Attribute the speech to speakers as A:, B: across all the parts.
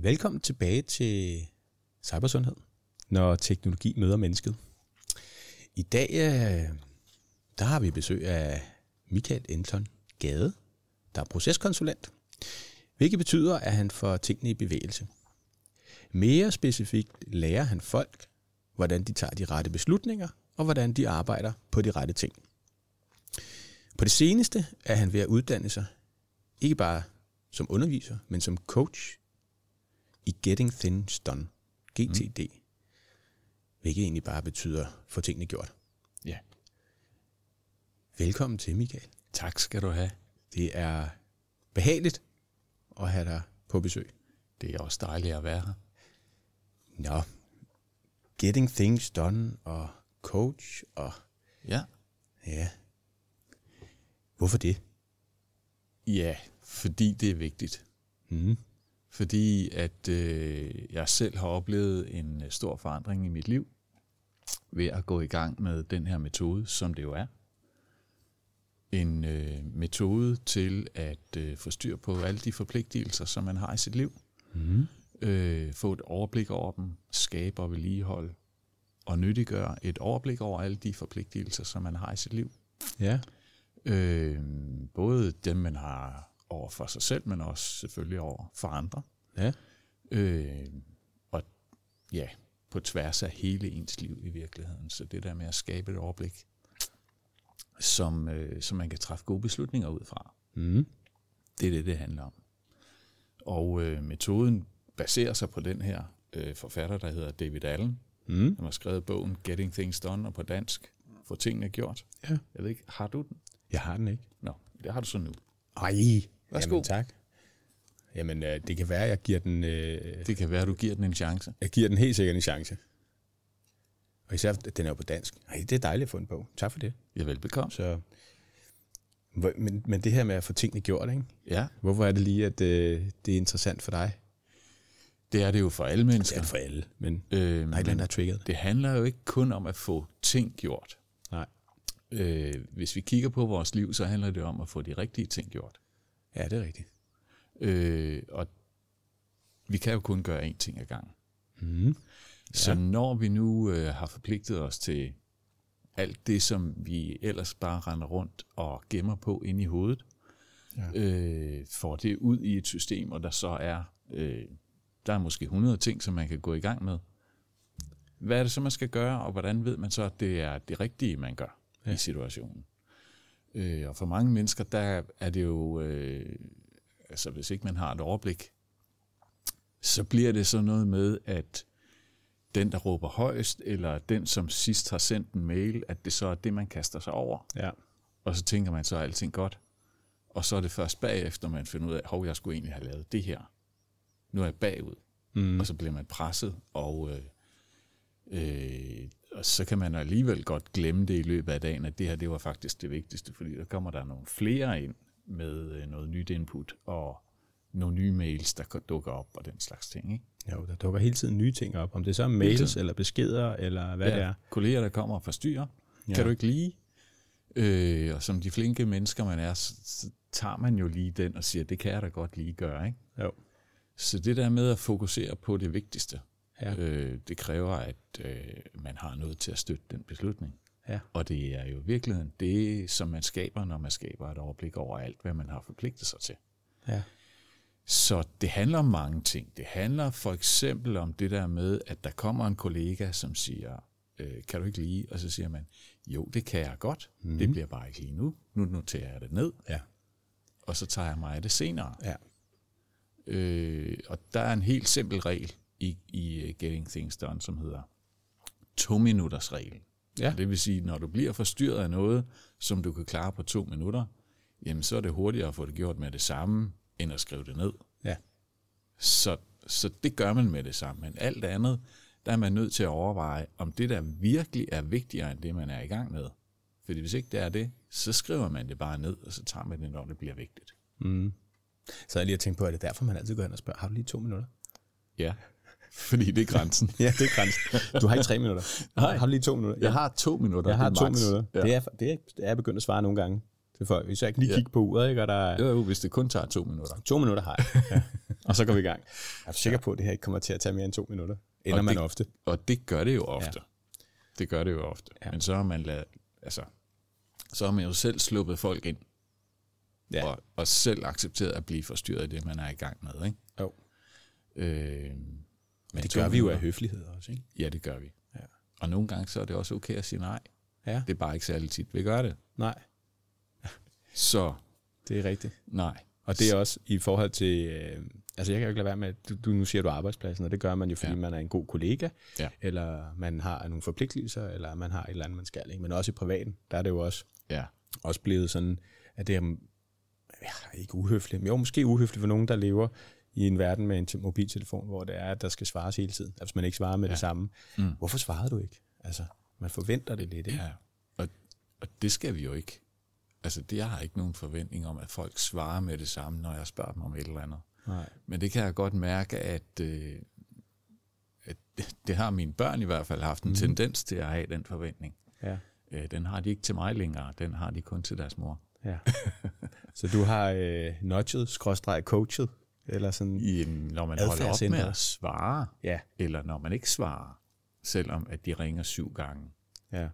A: Velkommen tilbage til Cybersundhed, når teknologi møder mennesket. I dag der har vi besøg af Michael Anton Gade, der er proceskonsulent, hvilket betyder, at han får tingene i bevægelse. Mere specifikt lærer han folk, hvordan de tager de rette beslutninger, og hvordan de arbejder på de rette ting. På det seneste er han ved at uddanne sig, ikke bare som underviser, men som coach i Getting Things Done, GTD, hvilket egentlig bare betyder få tingene gjort.
B: Ja.
A: Velkommen til, Michael.
B: Tak skal du have.
A: Det er behageligt at have dig på besøg.
B: Det er også dejligt at være her.
A: Nå, Getting Things Done og coach og ja. Hvorfor det?
B: Ja, fordi det er vigtigt. Fordi at jeg selv har oplevet en stor forandring i mit liv ved at gå i gang med den her metode, som det jo er. En metode til at få styr på alle de forpligtelser, som man har i sit liv. Få et overblik over dem, skabe og vedligeholde og nyttiggøre et overblik over alle de forpligtelser, som man har i sit liv.
A: Ja.
B: Både dem, man har over for sig selv, men også selvfølgelig over for andre.
A: Ja.
B: Og ja, på tværs af hele ens liv i virkeligheden. Så det der med at skabe et overblik, som man kan træffe gode beslutninger ud fra. Det er det handler om. Og metoden baserer sig på den her forfatter, der hedder David Allen, som har skrevet bogen Getting Things Done, og på dansk, Få tingene gjort.
A: Ja.
B: Jeg ved ikke, har du den?
A: Jeg har den ikke.
B: Nå, det har du så nu.
A: Ej,
B: værsgo.
A: Jamen tak. Jamen, det kan være, jeg giver den...
B: Det kan være, du giver den en chance.
A: Jeg giver den helt sikkert en chance. Og især, den er jo på dansk. Ej, det er dejligt at få en bog. Tak for det.
B: Ja, velbekomme.
A: Så, men det her med at få tingene gjort, ikke?
B: Ja.
A: Hvorfor er det lige, at det er interessant for dig?
B: Det er det jo for alle mennesker.
A: Det er for alle, men nej, den er trigget.
B: Det handler jo ikke kun om at få ting gjort.
A: Nej.
B: Hvis vi kigger på vores liv, så handler det om at få de rigtige ting gjort.
A: Ja, det er rigtigt.
B: Og vi kan jo kun gøre én ting ad gangen.
A: Ja.
B: Så når vi nu har forpligtet os til alt det, som vi ellers bare render rundt og gemmer på inde i hovedet, får det ud i et system, og der så er, der er måske 100 ting, som man kan gå i gang med. Hvad er det så, man skal gøre, og hvordan ved man så, at det er det rigtige, man gør i situationen? Og for mange mennesker, der er det jo... Altså hvis ikke man har et overblik, så bliver det så noget med, at den, der råber højst, eller den, som sidst har sendt en mail, at det så er det, man kaster sig over.
A: Ja. Og
B: så tænker man så, er alting godt. Og så er det først bagefter, man finder ud af, hov, jeg skulle egentlig have lavet det her. Nu er jeg bagud. Og så bliver man presset, og så kan man alligevel godt glemme det i løbet af dagen, at det her, det var faktisk det vigtigste, fordi der kommer der nogle flere ind, med noget nyt input og nogle nye mails, der dukker op og den slags ting. Ikke?
A: Jo, der dukker hele tiden nye ting op. Om det så er mails eller beskeder, eller hvad det er.
B: Kolleger, der kommer og forstyrrer. Ja. Kan du ikke lide? Og som de flinke mennesker, man er, så tager man jo lige den og siger, det kan jeg da godt lige gøre. Ikke?
A: Jo.
B: Så det der med at fokusere på det vigtigste, det kræver, at man har noget til at støtte den beslutning.
A: Ja.
B: Og det er jo i virkeligheden det, som man skaber, når man skaber et overblik over alt, hvad man har forpligtet sig til.
A: Ja.
B: Så det handler om mange ting. Det handler for eksempel om det der med, at der kommer en kollega, som siger, kan du ikke lide? Og så siger man, jo, det kan jeg godt. Det bliver bare ikke lige nu. Nu noterer jeg det ned. Ja. Og så tager jeg mig af det senere.
A: Ja.
B: Og der er en helt simpel regel i Getting Things Done, som hedder 2-minutters regel. Ja. Det vil sige, når du bliver forstyrret af noget, som du kan klare på 2 minutter, jamen så er det hurtigere at få det gjort med det samme, end at skrive det ned.
A: Ja.
B: Så det gør man med det samme. Men alt andet, der er man nødt til at overveje, om det der virkelig er vigtigere, end det man er i gang med. Fordi hvis ikke det er det, så skriver man det bare ned, og så tager man det, når det bliver vigtigt.
A: Så jeg lige tænkt på, at det er derfor, man altid går hen og spørger, har du lige 2 minutter?
B: Ja. Fordi det er grænsen.
A: Ja, det er grænsen. Du har ikke 3 minutter.
B: Nej.
A: Har du lige 2 minutter?
B: Jeg har 2 minutter.
A: Jeg har 2
B: max.
A: minutter. Ja. Det er jeg begyndt at svare nogle gange til folk. Hvis jeg ikke lige kigger på uret, ikke? Og der
B: jo, hvis det kun tager 2 minutter.
A: 2 minutter har jeg. Ja. og så går vi i gang. Jeg er sikker på, at det her ikke kommer til at tage mere end 2 minutter. Ender man ofte.
B: Og det gør det jo ofte. Ja. Det gør det jo ofte. Ja. Men så har man så har man jo selv sluppet folk ind. Ja. Og selv accepteret at blive forstyrret i det, man er i gang med. Ikke?
A: Jo. Men det gør vi jo af høflighed også, ikke?
B: Ja, det gør vi.
A: Ja.
B: Og nogle gange så er det også okay at sige nej.
A: Ja.
B: Det er bare ikke særlig tit, vi gør det.
A: Nej.
B: Så.
A: Det er rigtigt.
B: Nej.
A: Og det er også i forhold til, jeg kan jo ikke lade være med, nu siger du arbejdspladsen, og det gør man jo, fordi man er en god kollega, eller man har nogle forpligtelser, eller man har et eller andet, man skal. Ikke? Men også i privaten, der er det jo også blevet sådan, at det er ikke uhøfligt, men jo måske uhøfligt for nogen, der lever i en verden med en mobiltelefon, hvor det er, at der skal svares hele tiden. Altså, hvis man ikke svarer med det samme. Hvorfor svarede du ikke? Altså, man forventer det lidt, ikke?
B: Ja, og det skal vi jo ikke. Altså, jeg har ikke nogen forventning om, at folk svarer med det samme, når jeg spørger dem om et eller andet.
A: Nej.
B: Men det kan jeg godt mærke, at det har mine børn i hvert fald haft en tendens til at have den forventning.
A: Ja.
B: Den har de ikke til mig længere, den har de kun til deres mor.
A: Ja. Så du har nudget/coachet, eller sådan
B: når man holder op med at svare, eller når man ikke svarer, selvom at de ringer 7 gange.
A: Ja.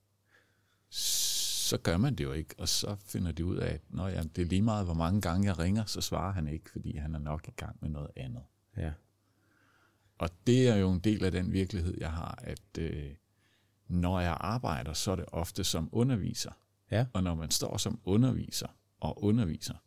B: Så gør man det jo ikke, og så finder de ud af, at det er lige meget, hvor mange gange jeg ringer, så svarer han ikke, fordi han er nok i gang med noget andet.
A: Ja.
B: Og det er jo en del af den virkelighed, jeg har, at når jeg arbejder, så er det ofte som underviser.
A: Ja.
B: Og når man står som underviser,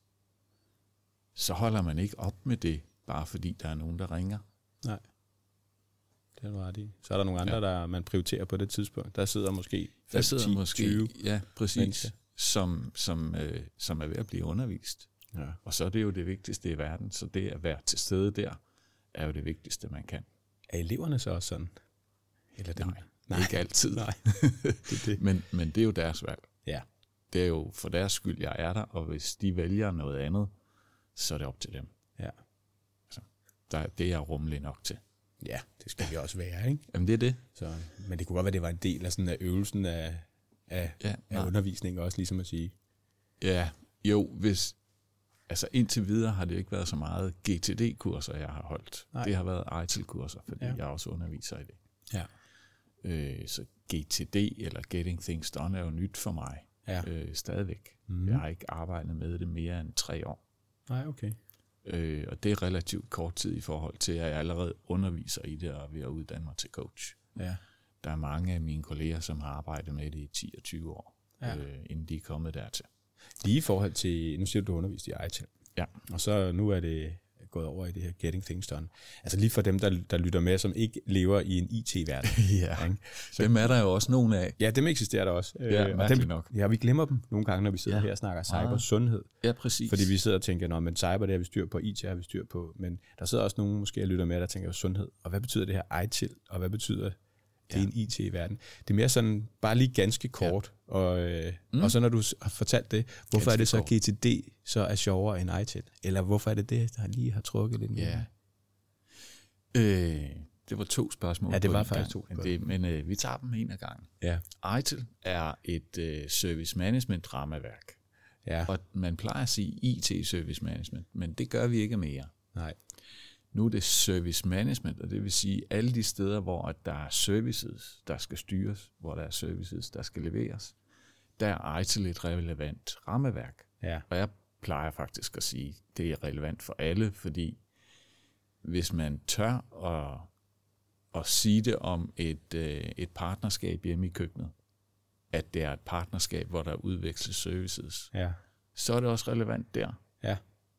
B: så holder man ikke op med det, bare fordi der er nogen, der ringer.
A: Nej. Det er du ret i. Så er der nogle andre, der man prioriterer på det tidspunkt. Der sidder måske 20
B: ja, præcis, som er ved at blive undervist.
A: Ja.
B: Og så er det jo det vigtigste i verden. Så det at være til stede der, er jo det vigtigste, man kan.
A: Er eleverne så også sådan? Eller dem?
B: Nej, ikke altid.
A: Nej. det.
B: Men det er jo deres valg.
A: Ja.
B: Det er jo for deres skyld, jeg er der, og hvis de vælger noget andet, så er det op til dem.
A: Ja.
B: Så, det er jeg rummelig nok til.
A: Ja, det skal vi også være, ikke?
B: Jamen det er det.
A: Så, men det kunne godt være, det var en del af sådan af øvelsen af undervisning også, ligesom at sige.
B: Ja, jo, indtil videre har det ikke været så meget GTD-kurser, jeg har holdt. Nej. Det har været ITIL-kurser, fordi jeg også underviser i det.
A: Ja.
B: Så GTD, eller Getting Things Done, er jo nyt for mig. Stadigvæk. Jeg har ikke arbejdet med det mere end 3 år.
A: Nej, okay.
B: Og det er relativt kort tid i forhold til, at jeg allerede underviser i det og er ved at uddanne mig til coach.
A: Ja.
B: Der er mange af mine kolleger, som har arbejdet med det i 10 og 20 år, inden de er kommet dertil.
A: Lige i forhold til, nu siger du undervist i ITIL.
B: Ja.
A: Og så nu er det gået over i det her Getting Things Done. Altså lige for dem, der lytter med, som ikke lever i en IT-verden.
B: Dem er der jo også nogen af.
A: Ja, dem eksisterer der også.
B: Og dem,
A: nok. Ja, vi glemmer dem nogle gange, når vi sidder her og snakker cybersundhed.
B: Ja, præcis.
A: Fordi vi sidder og tænker, men cyber, det har vi styr på, IT har vi styr på. Men der sidder også nogen, måske lytter med, der tænker sundhed. Og hvad betyder det her ITIL? Og hvad betyder det i en IT-verden? Det er mere sådan, bare lige ganske kort. Og så når du har fortalt det, hvorfor ganske er det så GTD så er sjovere end ITIL? Eller hvorfor er det der lige har trukket lidt mere?
B: Det var 2 spørgsmål.
A: Ja, det var faktisk 2 spørgsmål.
B: Men vi tager dem en af gangen.
A: Ja.
B: ITIL er et service management rammeværk.
A: Ja.
B: Og man plejer at sige IT-service management, men det gør vi ikke mere.
A: Nej.
B: Nu er det service management, og det vil sige alle de steder, hvor der er services, der skal styres, hvor der er services, der skal leveres, der er ITIL et relevant rammeværk.
A: Ja.
B: Og jeg plejer faktisk at sige, at det er relevant for alle, fordi hvis man tør at sige det om et partnerskab hjemme i køkkenet, at det er et partnerskab, hvor der udveksles services, så er det også relevant der.
A: Ja.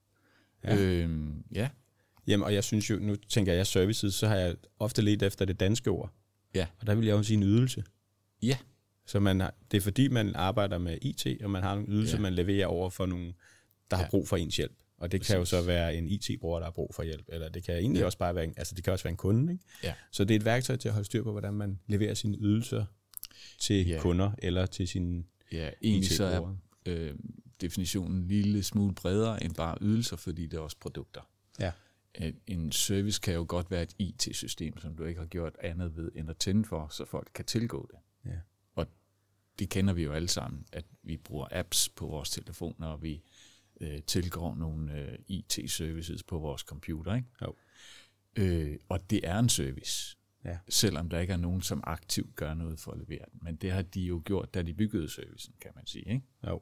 B: Ja.
A: Jamen, og jeg synes jo, nu tænker jeg services, så har jeg ofte let efter det danske ord.
B: Ja.
A: Og der vil jeg jo sige en ydelse.
B: Ja.
A: Så det er fordi, man arbejder med IT, og man har nogle ydelser, man leverer over for nogen, der har brug for ens hjælp. Og det kan jo så være en IT-bruger, der har brug for hjælp, eller det kan egentlig også bare være det kan også være en kunde, ikke?
B: Ja.
A: Så det er et værktøj til at holde styr på, hvordan man leverer sine ydelser til kunder, eller til sine
B: egentlig så er definitionen en lille smule bredere end bare ydelser, fordi det er også produkter.
A: Ja.
B: En service kan jo godt være et IT-system, som du ikke har gjort andet ved end at tænde for, så folk kan tilgå det.
A: Ja.
B: Og det kender vi jo alle sammen, at vi bruger apps på vores telefoner, og vi tilgår nogle IT-services på vores computer, ikke?
A: Jo.
B: Og det er en service,
A: selvom
B: der ikke er nogen, som aktivt gør noget for at levere den. Men det har de jo gjort, da de byggede servicen, kan man sige, ikke?
A: Jo.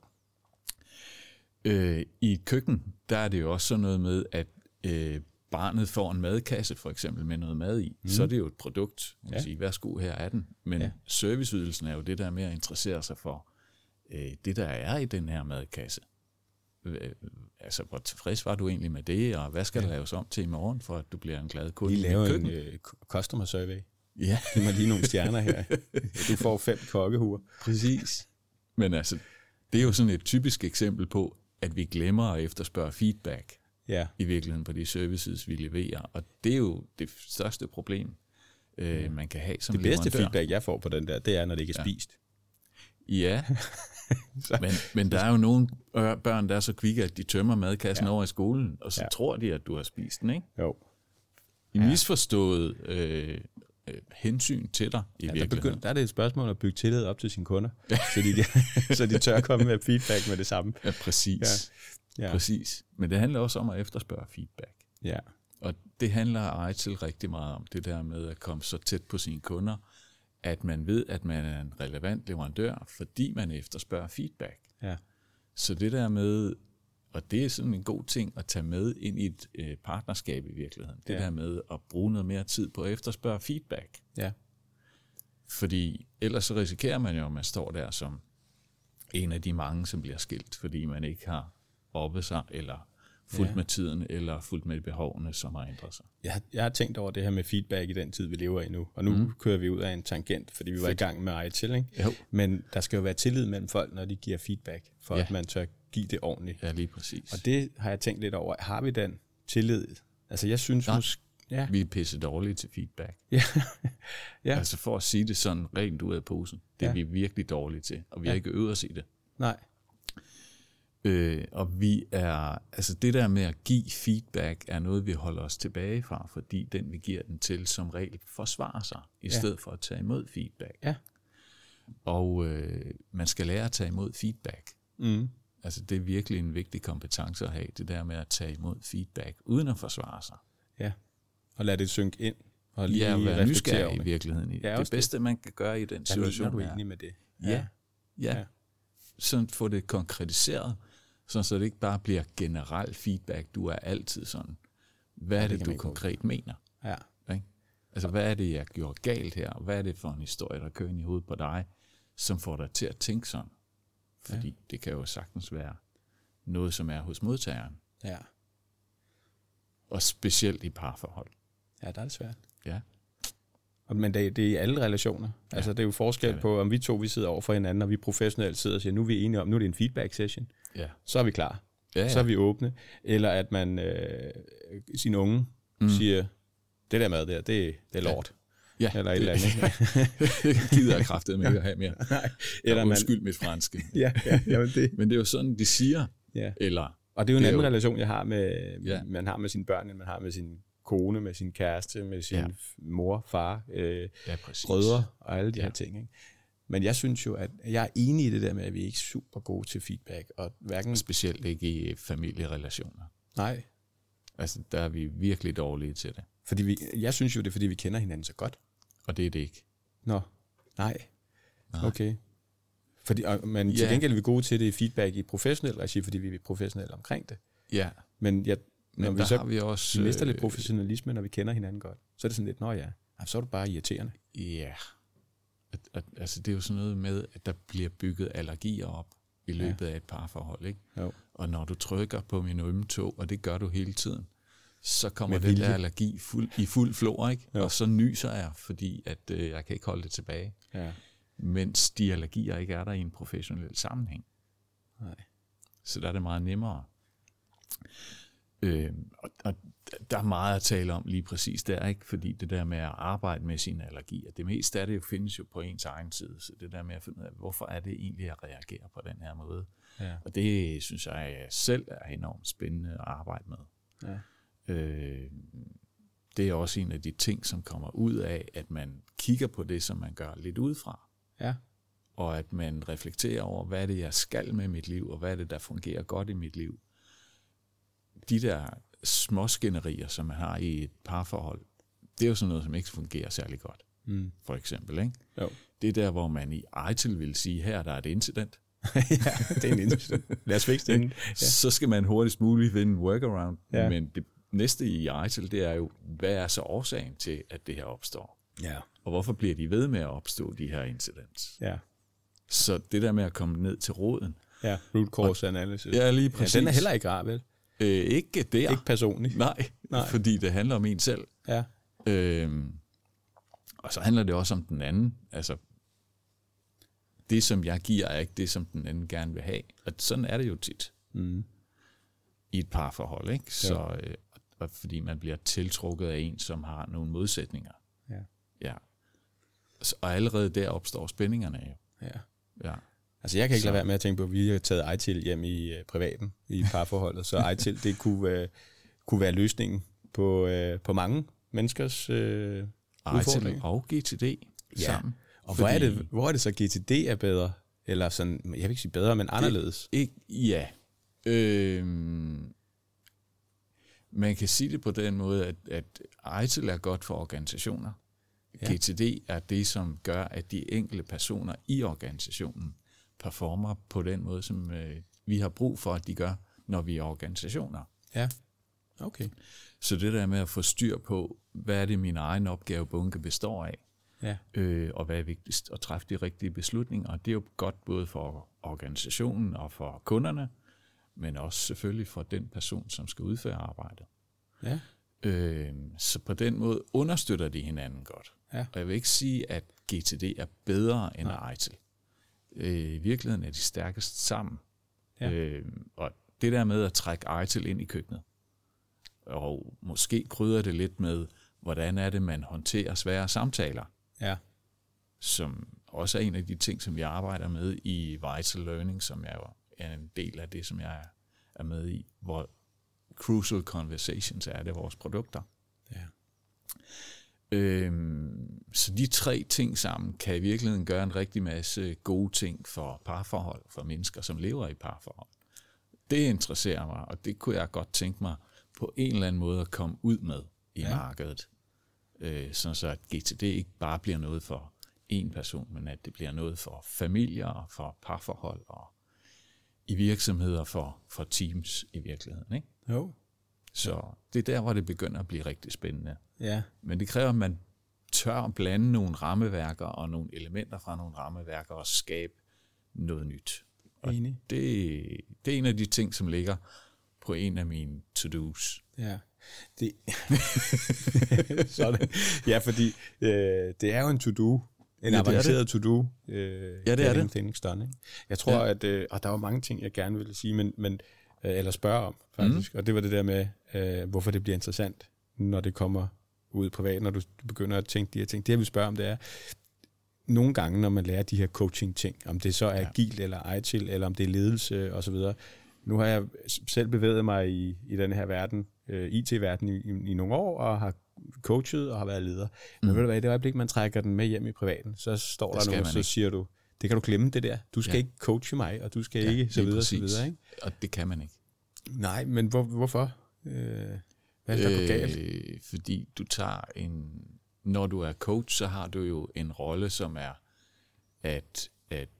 B: I et køkken, der er det jo også sådan noget med, at barnet får en madkasse, for eksempel med noget mad i, så er det jo et produkt. Man kan sige, værsgo, her er den. Men serviceydelsen er jo det, der er mere at interessere sig for det, der er i den her madkasse. Altså, hvor tilfreds var du egentlig med det, og hvad skal der laves om til i morgen, for at du bliver en glad kunde?
A: Vi laver en customer survey.
B: Ja.
A: Giv mig lige nogle stjerner her. Du får 5 kokkehuer.
B: Præcis. Men altså, det er jo sådan et typisk eksempel på, at vi glemmer at efterspørge feedback i virkeligheden på de services, vi leverer. Og det er jo det største problem, man kan have som
A: leverandør. Det bedste feedback, jeg får på den der, det er, når det ikke er spist.
B: Ja, men der er jo nogle børn, der er så kvikke, at de tømmer madkassen over i skolen, og så tror de, at du har spist den, ikke?
A: Jo.
B: I misforstået hensyn til dig i virkeligheden.
A: Der er det et spørgsmål at bygge tillid op til sine kunder, så de tør komme med feedback med det samme.
B: Ja, præcis. Ja. Præcis. Men det handler også om at efterspørge feedback.
A: Ja.
B: Og det handler ITIL rigtig meget om, det der med at komme så tæt på sine kunder, at man ved, at man er en relevant leverandør, fordi man efterspørger feedback.
A: Ja.
B: Så det der med, og det er sådan en god ting at tage med ind i et partnerskab i virkeligheden, det der med at bruge noget mere tid på at efterspørge feedback.
A: Ja.
B: Fordi ellers så risikerer man jo, at man står der som en af de mange, som bliver skilt, fordi man ikke har oppe sig, eller fulgt med tiden, eller fulgt med behovene, som har ændret sig.
A: Jeg har tænkt over det her med feedback i den tid, vi lever i nu. Og nu kører vi ud af en tangent, fordi vi var i gang med ITIL, ikke?
B: Jo.
A: Men der skal jo være tillid mellem folk, når de giver feedback, for at man tør give det ordentligt.
B: Ja, lige præcis.
A: Og det har jeg tænkt lidt over. Har vi den tillid? Altså jeg synes måske...
B: Ja. Vi er pisse dårlige til feedback.
A: Ja.
B: Altså for at sige det sådan rent ud af posen. Det er vi virkelig dårlige til, og vi har ikke øvet os i det.
A: Nej.
B: Og vi er, altså det der med at give feedback, er noget, vi holder os tilbage fra, fordi den, vi giver den til, som regel forsvarer sig, i stedet for at tage imod feedback.
A: Ja.
B: Og man skal lære at tage imod feedback.
A: Mm.
B: Altså det er virkelig en vigtig kompetence at have, det der med at tage imod feedback, uden at forsvare sig.
A: Ja, og lade det synke ind. Og lige
B: være nysgerrig i virkeligheden. Det bedste, man kan gøre i den situation.
A: Er du enig med det?
B: Ja. Sådan få det konkretiseret, så det ikke bare bliver generel feedback. Du er altid sådan, hvad er det, du konkret mener?
A: Ja.
B: Okay? Altså, hvad er det, jeg gjorde galt her? Hvad er det for en historie, der kører ind i hovedet på dig, som får dig til at tænke sådan? Fordi det kan jo sagtens være noget, som er hos modtageren.
A: Ja.
B: Og specielt i parforhold.
A: Ja, der er det svært.
B: Ja.
A: Men det er i alle relationer. Altså det er jo forskel på, om vi sidder over for hinanden, og vi professionelt sidder og siger, nu er vi enige om, nu er det en feedback session.
B: Ja.
A: Så er vi klar. Så er vi åbne. Eller at man sin unge siger, det der mad der, det er lort.
B: Ja.
A: Eller et eller andet.
B: Det gider jeg kraftedeme ikke at have mere.
A: Nej.
B: Eller undskyld mit franske. Men det er jo sådan, de siger.
A: Ja.
B: Eller,
A: og det er jo en anden relation, jeg har med, man har med sine børn, end man har med sin kone, med sin kæreste, med sin mor, far, brødre og alle de her ting. Ikke? Men jeg synes jo, at jeg er enig i det der med, at vi ikke er super gode til feedback. Og hverken...
B: Specielt ikke i familierelationer.
A: Nej.
B: Altså, der er vi virkelig dårlige til det.
A: Fordi jeg synes jo, det er, fordi vi kender hinanden så godt.
B: Og det er det ikke.
A: Nå, nej. Okay. Men til gengæld er vi gode til det i feedback i professionel regi, fordi vi er professionelle omkring det.
B: Ja.
A: Men når vi så
B: har vi også,
A: mister lidt professionalisme, når vi kender hinanden godt, så er det sådan lidt, så er du bare irriterende.
B: Ja. Altså det er jo sådan noget med, at der bliver bygget allergier op i løbet af et parforhold, ikke?
A: Jo.
B: Og når du trykker på min ømme tog, og det gør du hele tiden, så kommer den der allergi i fuld flor, ikke? Jo. Og så nyser jeg, fordi at jeg kan ikke holde det tilbage. Ja. Mens de allergier ikke er der i en professionel sammenhæng.
A: Nej.
B: Så der er det meget nemmere. Og der er meget at tale om lige præcis der, ikke? Fordi det der med at arbejde med sine allergier, det meste af det findes jo på ens egen side, så det der med at finde ud af, hvorfor er det egentlig, at jeg reagerer på den her måde. Ja. Og det synes jeg selv er enormt spændende at arbejde med. Ja. Det er også en af de ting, som kommer ud af, at man kigger på det, som man gør lidt udefra.
A: Ja.
B: Og at man reflekterer over, hvad er det, jeg skal med mit liv, og hvad er det, der fungerer godt i mit liv. de der småskænderier, som man har i et parforhold, det er jo sådan noget, som ikke fungerer særlig godt. For eksempel, ikke?
A: Jo.
B: Det er der, hvor man i ITIL vil sige, her der er et incident.
A: Ja, det er en incident. Lad os fikse det.
B: Ja. Så skal man hurtigst muligt finde en workaround. Ja. Men det næste i ITIL, det er jo, hvad er så årsagen til, at det her opstår?
A: Ja.
B: Og hvorfor bliver de ved med at opstå, de her incidents?
A: Ja.
B: Så det der med at komme ned til roden.
A: Ja, root cause analysis.
B: Ja, lige præcis.
A: Ja, den er heller ikke rar, vel?
B: Ikke der.
A: Ikke personligt.
B: Nej, fordi det handler om en selv.
A: Ja.
B: Og så handler det også om den anden. Altså, det som jeg giver, er ikke det, som den anden gerne vil have. Og sådan er det jo tit. I et parforhold, ikke? Så, fordi man bliver tiltrukket af en, som har nogle modsætninger. Ja. Og allerede der opstår spændingerne jo. Ja.
A: Altså jeg kan ikke lade være med at tænke på, at vi har taget ITIL hjem i privaten, i parforholdet. Så ITIL, det kunne være løsningen på mange menneskers udfordringer.
B: Og GTD sammen.
A: Og hvor er det så GTD er bedre? Eller sådan, jeg vil ikke sige bedre, men anderledes?
B: Man kan sige det på den måde, at ITIL er godt for organisationer. Ja. GTD er det, som gør, at de enkelte personer i organisationen performer på den måde, som vi har brug for, at de gør, når vi er organisationer.
A: Ja, okay.
B: Så det der med at få styr på, hvad er det, min egen opgavebunke består af, og hvad er vigtigst at træffe de rigtige beslutninger. Og det er jo godt både for organisationen og for kunderne, men også selvfølgelig for den person, som skal udføre arbejdet. Ja. Så på den måde understøtter de hinanden godt. Ja. Og jeg vil ikke sige, at GTD er bedre end ITIL. I virkeligheden er de stærkest sammen. Ja. Og det der med at trække ITIL ind i køkkenet, og måske krydder det lidt med, hvordan er det, man håndterer svære samtaler. Ja. Som også er en af de ting, som jeg arbejder med i Vital Learning, som jeg jo er en del af det, som jeg er med i, hvor Crucial Conversations er det vores produkter. Ja. Så de 3 ting sammen kan i virkeligheden gøre en rigtig masse gode ting for parforhold, for mennesker, som lever i parforhold. Det interesserer mig, og det kunne jeg godt tænke mig på en eller anden måde at komme ud med i markedet. Sådan så at GTD ikke bare bliver noget for en person, men at det bliver noget for familier og for parforhold og i virksomheder for teams i virkeligheden. Ikke?
A: Jo.
B: Så det er der, hvor det begynder at blive rigtig spændende.
A: Ja.
B: Men det kræver, at man tør at blande nogle rammeværker og nogle elementer fra nogle rammeværker og skabe noget nyt. Og det er en af de ting, som ligger på en af mine to-dos.
A: Ja. Sådan. Ja, fordi det er jo en to-do. En avanceret to-do.
B: Det er det.
A: Things done, ikke? Jeg tror, at og der var mange ting, jeg gerne ville sige, men eller spørge om, faktisk. Og det var det der med, hvorfor det bliver interessant, når det kommer ud privat, når du begynder at tænke de her ting. Det, jeg vil spørge om, det er, nogle gange, når man lærer de her coaching-ting, om det så er agilt eller ITIL, eller om det er ledelse osv. Nu har jeg selv bevæget mig i den her verden, IT-verden i nogle år, og har coachet og har været leder. Men ved du hvad, i det øjeblik, man trækker den med hjem i privaten, så står der nogen, så siger du, det kan du glemme det der. Du skal ikke coache mig, og du skal ikke, så videre, så videre. Ikke?
B: Og det kan man ikke.
A: Nej, men hvorfor? Hvad er det, der går galt?
B: Fordi du tager når du er coach, så har du jo en rolle, som er at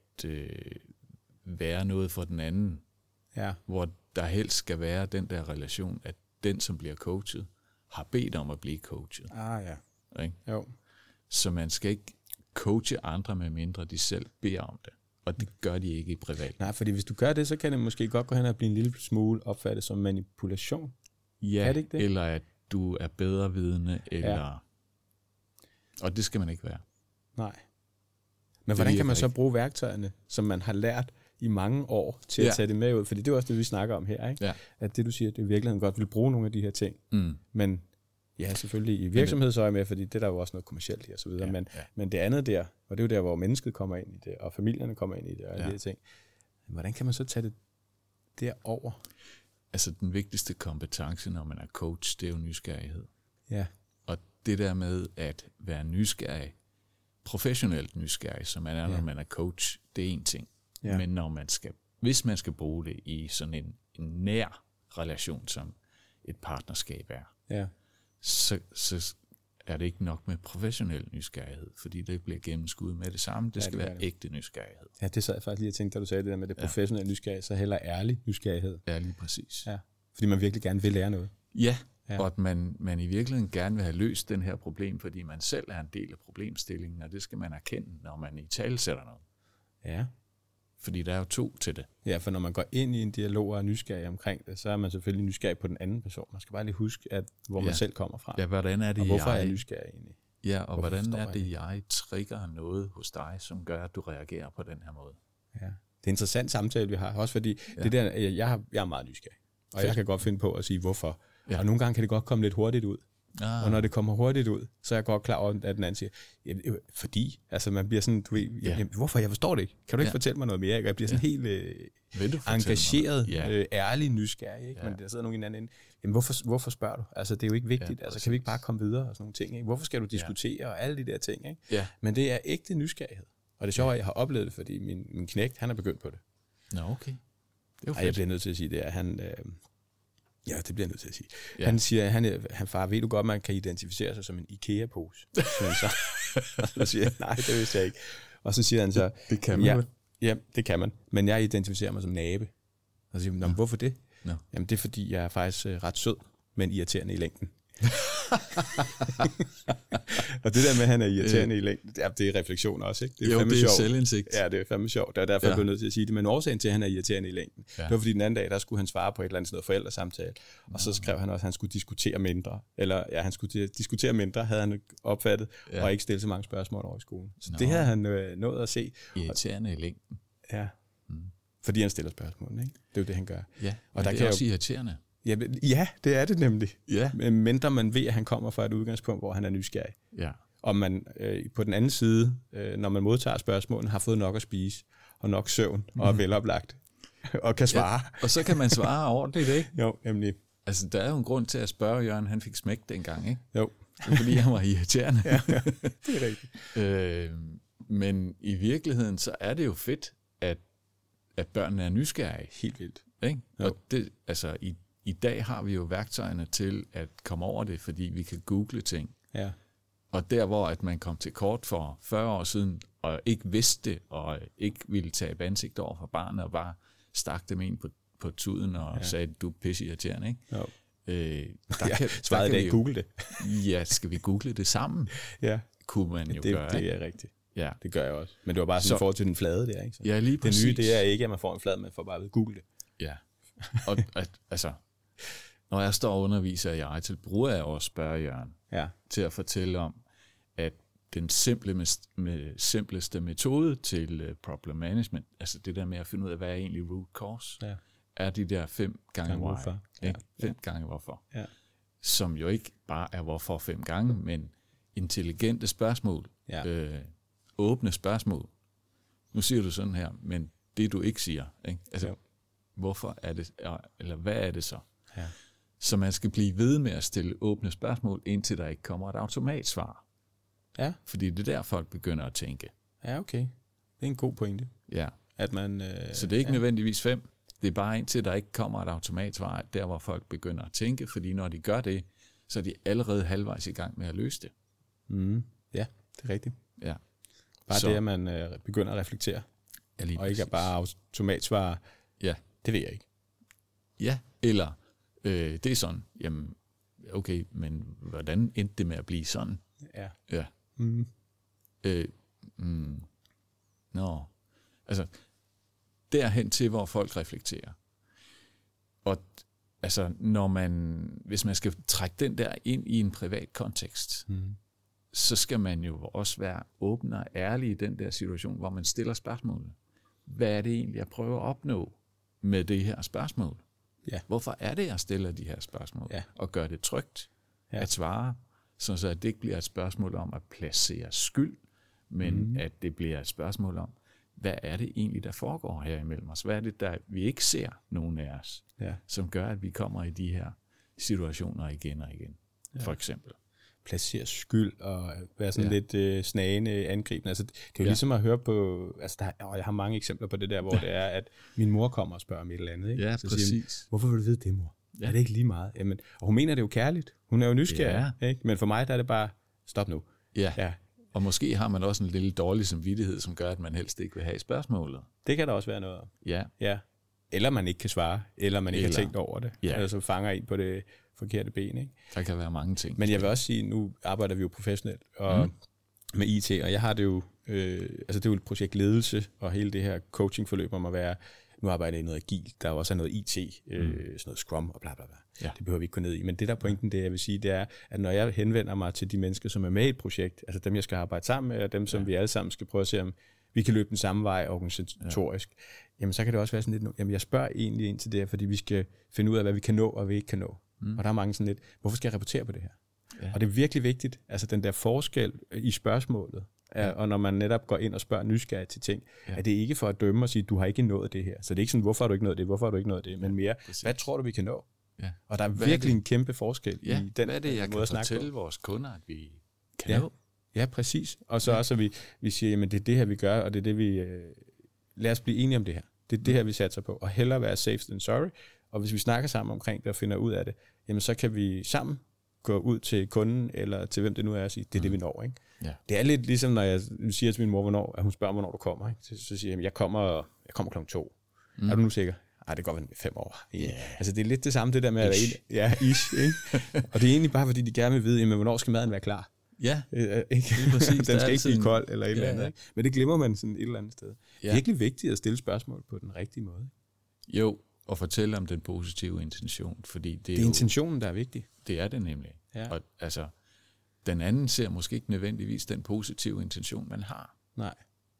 B: være noget for den anden. Ja. Hvor der helst skal være den der relation, at den, som bliver coachet, har bedt om at blive coachet.
A: Ja.
B: Ikke?
A: Jo.
B: Så man skal ikke coache andre, med mindre de selv beder om det. Og det gør de ikke i privat.
A: Nej, fordi hvis du gør det, så kan det måske godt gå hen og blive en lille smule opfattet som manipulation.
B: Ja, det ikke det? Eller at du er bedre vidende, eller... Ja. Og det skal man ikke være.
A: Nej. Men hvordan kan man så bruge værktøjerne, som man har lært i mange år, til at tage det med ud? Fordi det er også det, vi snakker om her, ikke? Ja. At det, du siger, det er virkelig godt vil bruge nogle af de her ting. Men ja, selvfølgelig i virksomhedsøje med, fordi det der er jo også noget kommercielt i og så videre. Men det andet der, og det er jo der, hvor mennesket kommer ind i det, og familierne kommer ind i det, og alle de her ting. Hvordan kan man så tage det derover?
B: Altså den vigtigste kompetence, når man er coach, det er jo nysgerrighed.
A: Ja.
B: Og det der med at være nysgerrig, professionelt nysgerrig, som man er, når man er coach, det er en ting. Ja. Men hvis man skal bruge det i sådan en nær relation, som et partnerskab er.
A: Ja.
B: Så er det ikke nok med professionel nysgerrighed, fordi det bliver gennemskuddet med det samme. Det skal være ægte nysgerrighed.
A: Ja, det sad jeg faktisk lige og tænkte, da du sagde det der med det professionelle nysgerrighed, så heller ærlig nysgerrighed.
B: Ja, lige præcis.
A: Ja, fordi man virkelig gerne vil lære noget.
B: Ja, og at man i virkeligheden gerne vil have løst den her problem, fordi man selv er en del af problemstillingen, og det skal man erkende, når man i tale sætter noget.
A: Ja.
B: Fordi der er jo 2 til det.
A: Ja, for når man går ind i en dialog og er nysgerrig omkring det, så er man selvfølgelig nysgerrig på den anden person. Man skal bare lige huske, hvor man selv kommer fra.
B: Ja, hvordan er det,
A: og hvorfor er jeg nysgerrig egentlig?
B: Ja, og hvordan er det, jeg trigger noget hos dig, som gør, at du reagerer på den her måde?
A: Ja, det er en interessant samtale, vi har. Også fordi, det der, jeg er meget nysgerrig. Og jeg kan godt finde på at sige, hvorfor. Ja. Og nogle gange kan det godt komme lidt hurtigt ud. Og når det kommer hurtigt ud, så er jeg godt klar over, at den anden siger, fordi, altså man bliver sådan, du ved, hvorfor, jeg forstår det ikke. Kan du ikke fortælle mig noget mere? Jeg bliver sådan helt engageret, ærlig, nysgerrig. Ikke? Men der sidder nogen i den anden ende. Jamen, hvorfor spørger du? Altså, det er jo ikke vigtigt. Altså, kan vi ikke bare komme videre og sådan nogle ting? Ikke? Hvorfor skal du diskutere og alle de der ting? Ikke? Ja. Men det er ægte nysgerrighed. Og det sjove er, at jeg har oplevet det, fordi min knægt, han er begyndt på det.
B: Nå, okay. Det er jo fedt.
A: Jeg bliver nødt til at sige det, at han... Ja, det bliver jeg nødt til at sige. Ja. Han siger, han far, ved du godt, man kan identificere sig som en IKEA-pose? Og så siger jeg, nej, det vidste jeg ikke. Og så siger han så,
B: det kan man.
A: Ja, det kan man. Men jeg identificerer mig som nabe. Og så siger han, hvorfor det?
B: No.
A: Jamen, det er fordi, jeg er faktisk ret sød, men irriterende i længden. Og det der med, at han er irriterende i længden, det er refleksion også, ikke?
B: Det er fandme sjovt. Selvindsigt.
A: Ja, det er fandme sjovt. Det er derfor, jeg blev nødt til at sige det. Men årsagen til, at han er irriterende i længden, det var fordi den anden dag, der skulle han svare på et eller andet sådan noget forældresamtale. Og så skrev han også, at han skulle diskutere mindre. Eller han skulle diskutere mindre, havde han opfattet, og ikke stille så mange spørgsmål over i skolen. Så det havde han nået at se.
B: Irriterende i længden.
A: Ja. Fordi han stiller spørgsmål, ikke? Det er jo det, han gør.
B: Ja, og der det er også irriterende.
A: Ja, det er det nemlig.
B: Ja.
A: Mindre man ved, at han kommer fra et udgangspunkt, hvor han er nysgerrig.
B: Ja.
A: Og man på den anden side, når man modtager spørgsmålene, har fået nok at spise, og nok søvn, og er veloplagt, og kan svare.
B: Ja, og så kan man svare ordentligt, ikke?
A: Jo, nemlig.
B: Altså, der er jo en grund til at spørge Jørgen, han fik smæk dengang, ikke?
A: Jo.
B: Det er, fordi han var irriterende.
A: Ja, det er rigtigt.
B: Men i virkeligheden, så er det jo fedt, at børnene er nysgerrige.
A: Helt vildt.
B: Ikke? Og det, altså, i dag har vi jo værktøjerne til at komme over det, fordi vi kan google ting.
A: Ja.
B: Og der, hvor at man kom til kort for 40 år siden, og ikke vidste det, og ikke ville tage ansigt over for barnet, og bare stak dem ind på tuden og sagde, du er pisseirriterende, ikke?
A: Jo.
B: Svarede
A: i dag, google det.
B: Ja, skal vi google det sammen?
A: Ja.
B: Kunne man jo gøre.
A: Det er rigtigt.
B: Ja.
A: Det gør jeg også. Men det var bare sådan i forhold til den flade der, ikke? Så
B: ja, lige præcis.
A: Det nye, det er ikke, at man får en flade, man får bare ved google det.
B: Ja. Og altså, når jeg står og underviser i ITIL, bruger jeg også spørge Jørgen til at fortælle om, at den simpleste metode til problem management, altså det der med at finde ud af, hvad er egentlig root cause, er de der 5 gange hvorfor. 5 gange hvorfor. Ja. Som jo ikke bare er hvorfor 5 gange, men intelligente spørgsmål, åbne spørgsmål. Nu siger du sådan her, men det du ikke siger, ikke? Altså, hvorfor er det, eller hvad er det så? Ja. Så man skal blive ved med at stille åbne spørgsmål, indtil der ikke kommer et automatsvar.
A: Ja.
B: Fordi det er der, folk begynder at tænke.
A: Ja, okay. Det er en god pointe.
B: Ja.
A: At man,
B: så det er ikke nødvendigvis 5. Det er bare indtil der ikke kommer et automatsvar, der hvor folk begynder at tænke, fordi når de gør det, så er de allerede halvvejs i gang med at løse det.
A: Ja, det er rigtigt.
B: Ja.
A: Bare så, det, at man begynder at reflektere. Ja, og ikke bare automatsvare.
B: Ja.
A: Det ved jeg ikke.
B: Ja, eller det er sådan, jamen, okay, men hvordan endte det med at blive sådan?
A: Ja.
B: Ja. Altså, derhen til, hvor folk reflekterer. Og altså, hvis man skal trække den der ind i en privat kontekst, så skal man jo også være åben og ærlig i den der situation, hvor man stiller spørgsmålet. Hvad er det egentlig, jeg prøver at opnå med det her spørgsmål?
A: Ja.
B: Hvorfor er det, jeg stiller de her spørgsmål?
A: Ja.
B: Og gør det trygt at svare, så det ikke bliver et spørgsmål om at placere skyld, men at det bliver et spørgsmål om, hvad er det egentlig, der foregår her imellem os? Hvad er det, der vi ikke ser, nogen af os, som gør, at vi kommer i de her situationer igen og igen, for eksempel?
A: Placere skyld og være sådan lidt snagende, angribende. Altså, det er jo ligesom at høre på, altså jeg har mange eksempler på det der, hvor det er, at min mor kommer og spørger om et eller andet. Ikke?
B: Ja,
A: så
B: præcis.
A: Siger, hvorfor vil du vide det, mor? Er det ikke lige meget? Jamen, og hun mener det jo kærligt. Hun er jo nysgerrig. Ja. Ikke? Men for mig der er det bare, stop nu.
B: Ja. Og måske har man også en lille dårlig samvittighed, som gør, at man helst ikke vil have spørgsmålet.
A: Det kan der også være noget om.
B: Ja.
A: Eller man ikke kan svare, eller man ikke har tænkt over det.
B: Ja.
A: Eller så fanger en på det forkerte ben. Ikke?
B: Der kan være mange ting.
A: Men jeg vil også sige, nu arbejder vi jo professionelt og med IT, og jeg har det jo, det er jo et projekt ledelse, og hele det her coachingforløb om at være, nu arbejder jeg i noget agil, der er også noget IT, sådan noget Scrum og bla bla bla. Ja. Det behøver vi ikke gå ned i. Men det der pointen, det jeg vil sige, det er, at når jeg henvender mig til de mennesker, som er med i et projekt, altså dem, jeg skal arbejde sammen med, og dem, som vi alle sammen skal prøve at se, om vi kan løbe den samme vej organisatorisk, jamen så kan det også være sådan lidt, jamen jeg spørger egentlig ind til det her, fordi vi skal finde ud af, hvad vi kan nå, og hvad vi ikke kan nå. Og der er mange sådan lidt, hvorfor skal jeg rapportere på det her? Ja. Og det er virkelig vigtigt, altså den der forskel i spørgsmålet, og når man netop går ind og spørger nysgerrigt til ting, er det ikke for at dømme og sige, du har ikke nået det her. Så det er ikke sådan, hvorfor har du ikke nået det, hvorfor har du ikke nået det, men mere, hvad tror du, vi kan nå? Ja. Og der er virkelig en kæmpe forskel i den
B: hvad er det, jeg kan fortælle vores kunder, at vi kan nå?
A: Ja, præcis. Og så også, at vi siger, jamen det er det her, vi gør, og det er det, vi... lad os blive enige om det her. Det er det her, vi satser på. Og hellere være safe than sorry. Og hvis vi snakker sammen omkring det og finder ud af det, jamen så kan vi sammen gå ud til kunden, eller til hvem det nu er, og sige, det er det, vi når. Ikke? Ja. Det er lidt ligesom, når jeg siger til min mor, at hun spørger, hvornår du kommer. Ikke? Så siger jeg kommer kl. 2. Er du nu sikker? Ej, det går vel 5 år. Yeah. Altså, det er lidt det samme, det der med at være ikke? Og det er egentlig bare, fordi de gerne vil vide, jamen, hvornår skal maden være klar?
B: Ja,
A: ikke? Præcis. Den skal ikke blive kold, eller et eller andet. Ikke? Men det glemmer man sådan et eller andet sted. Det er virkelig vigtigt at stille spørgsmål på den rigtige måde.
B: Jo, og fortælle om den positive intention, fordi det er
A: intentionen, der er vigtig.
B: Det er det nemlig. Ja. Og altså, den anden ser måske ikke nødvendigvis den positive intention, man har.
A: Nej.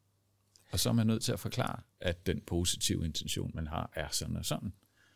B: Og så er man nødt til at forklare, at den positive intention, man har, er sådan og sådan.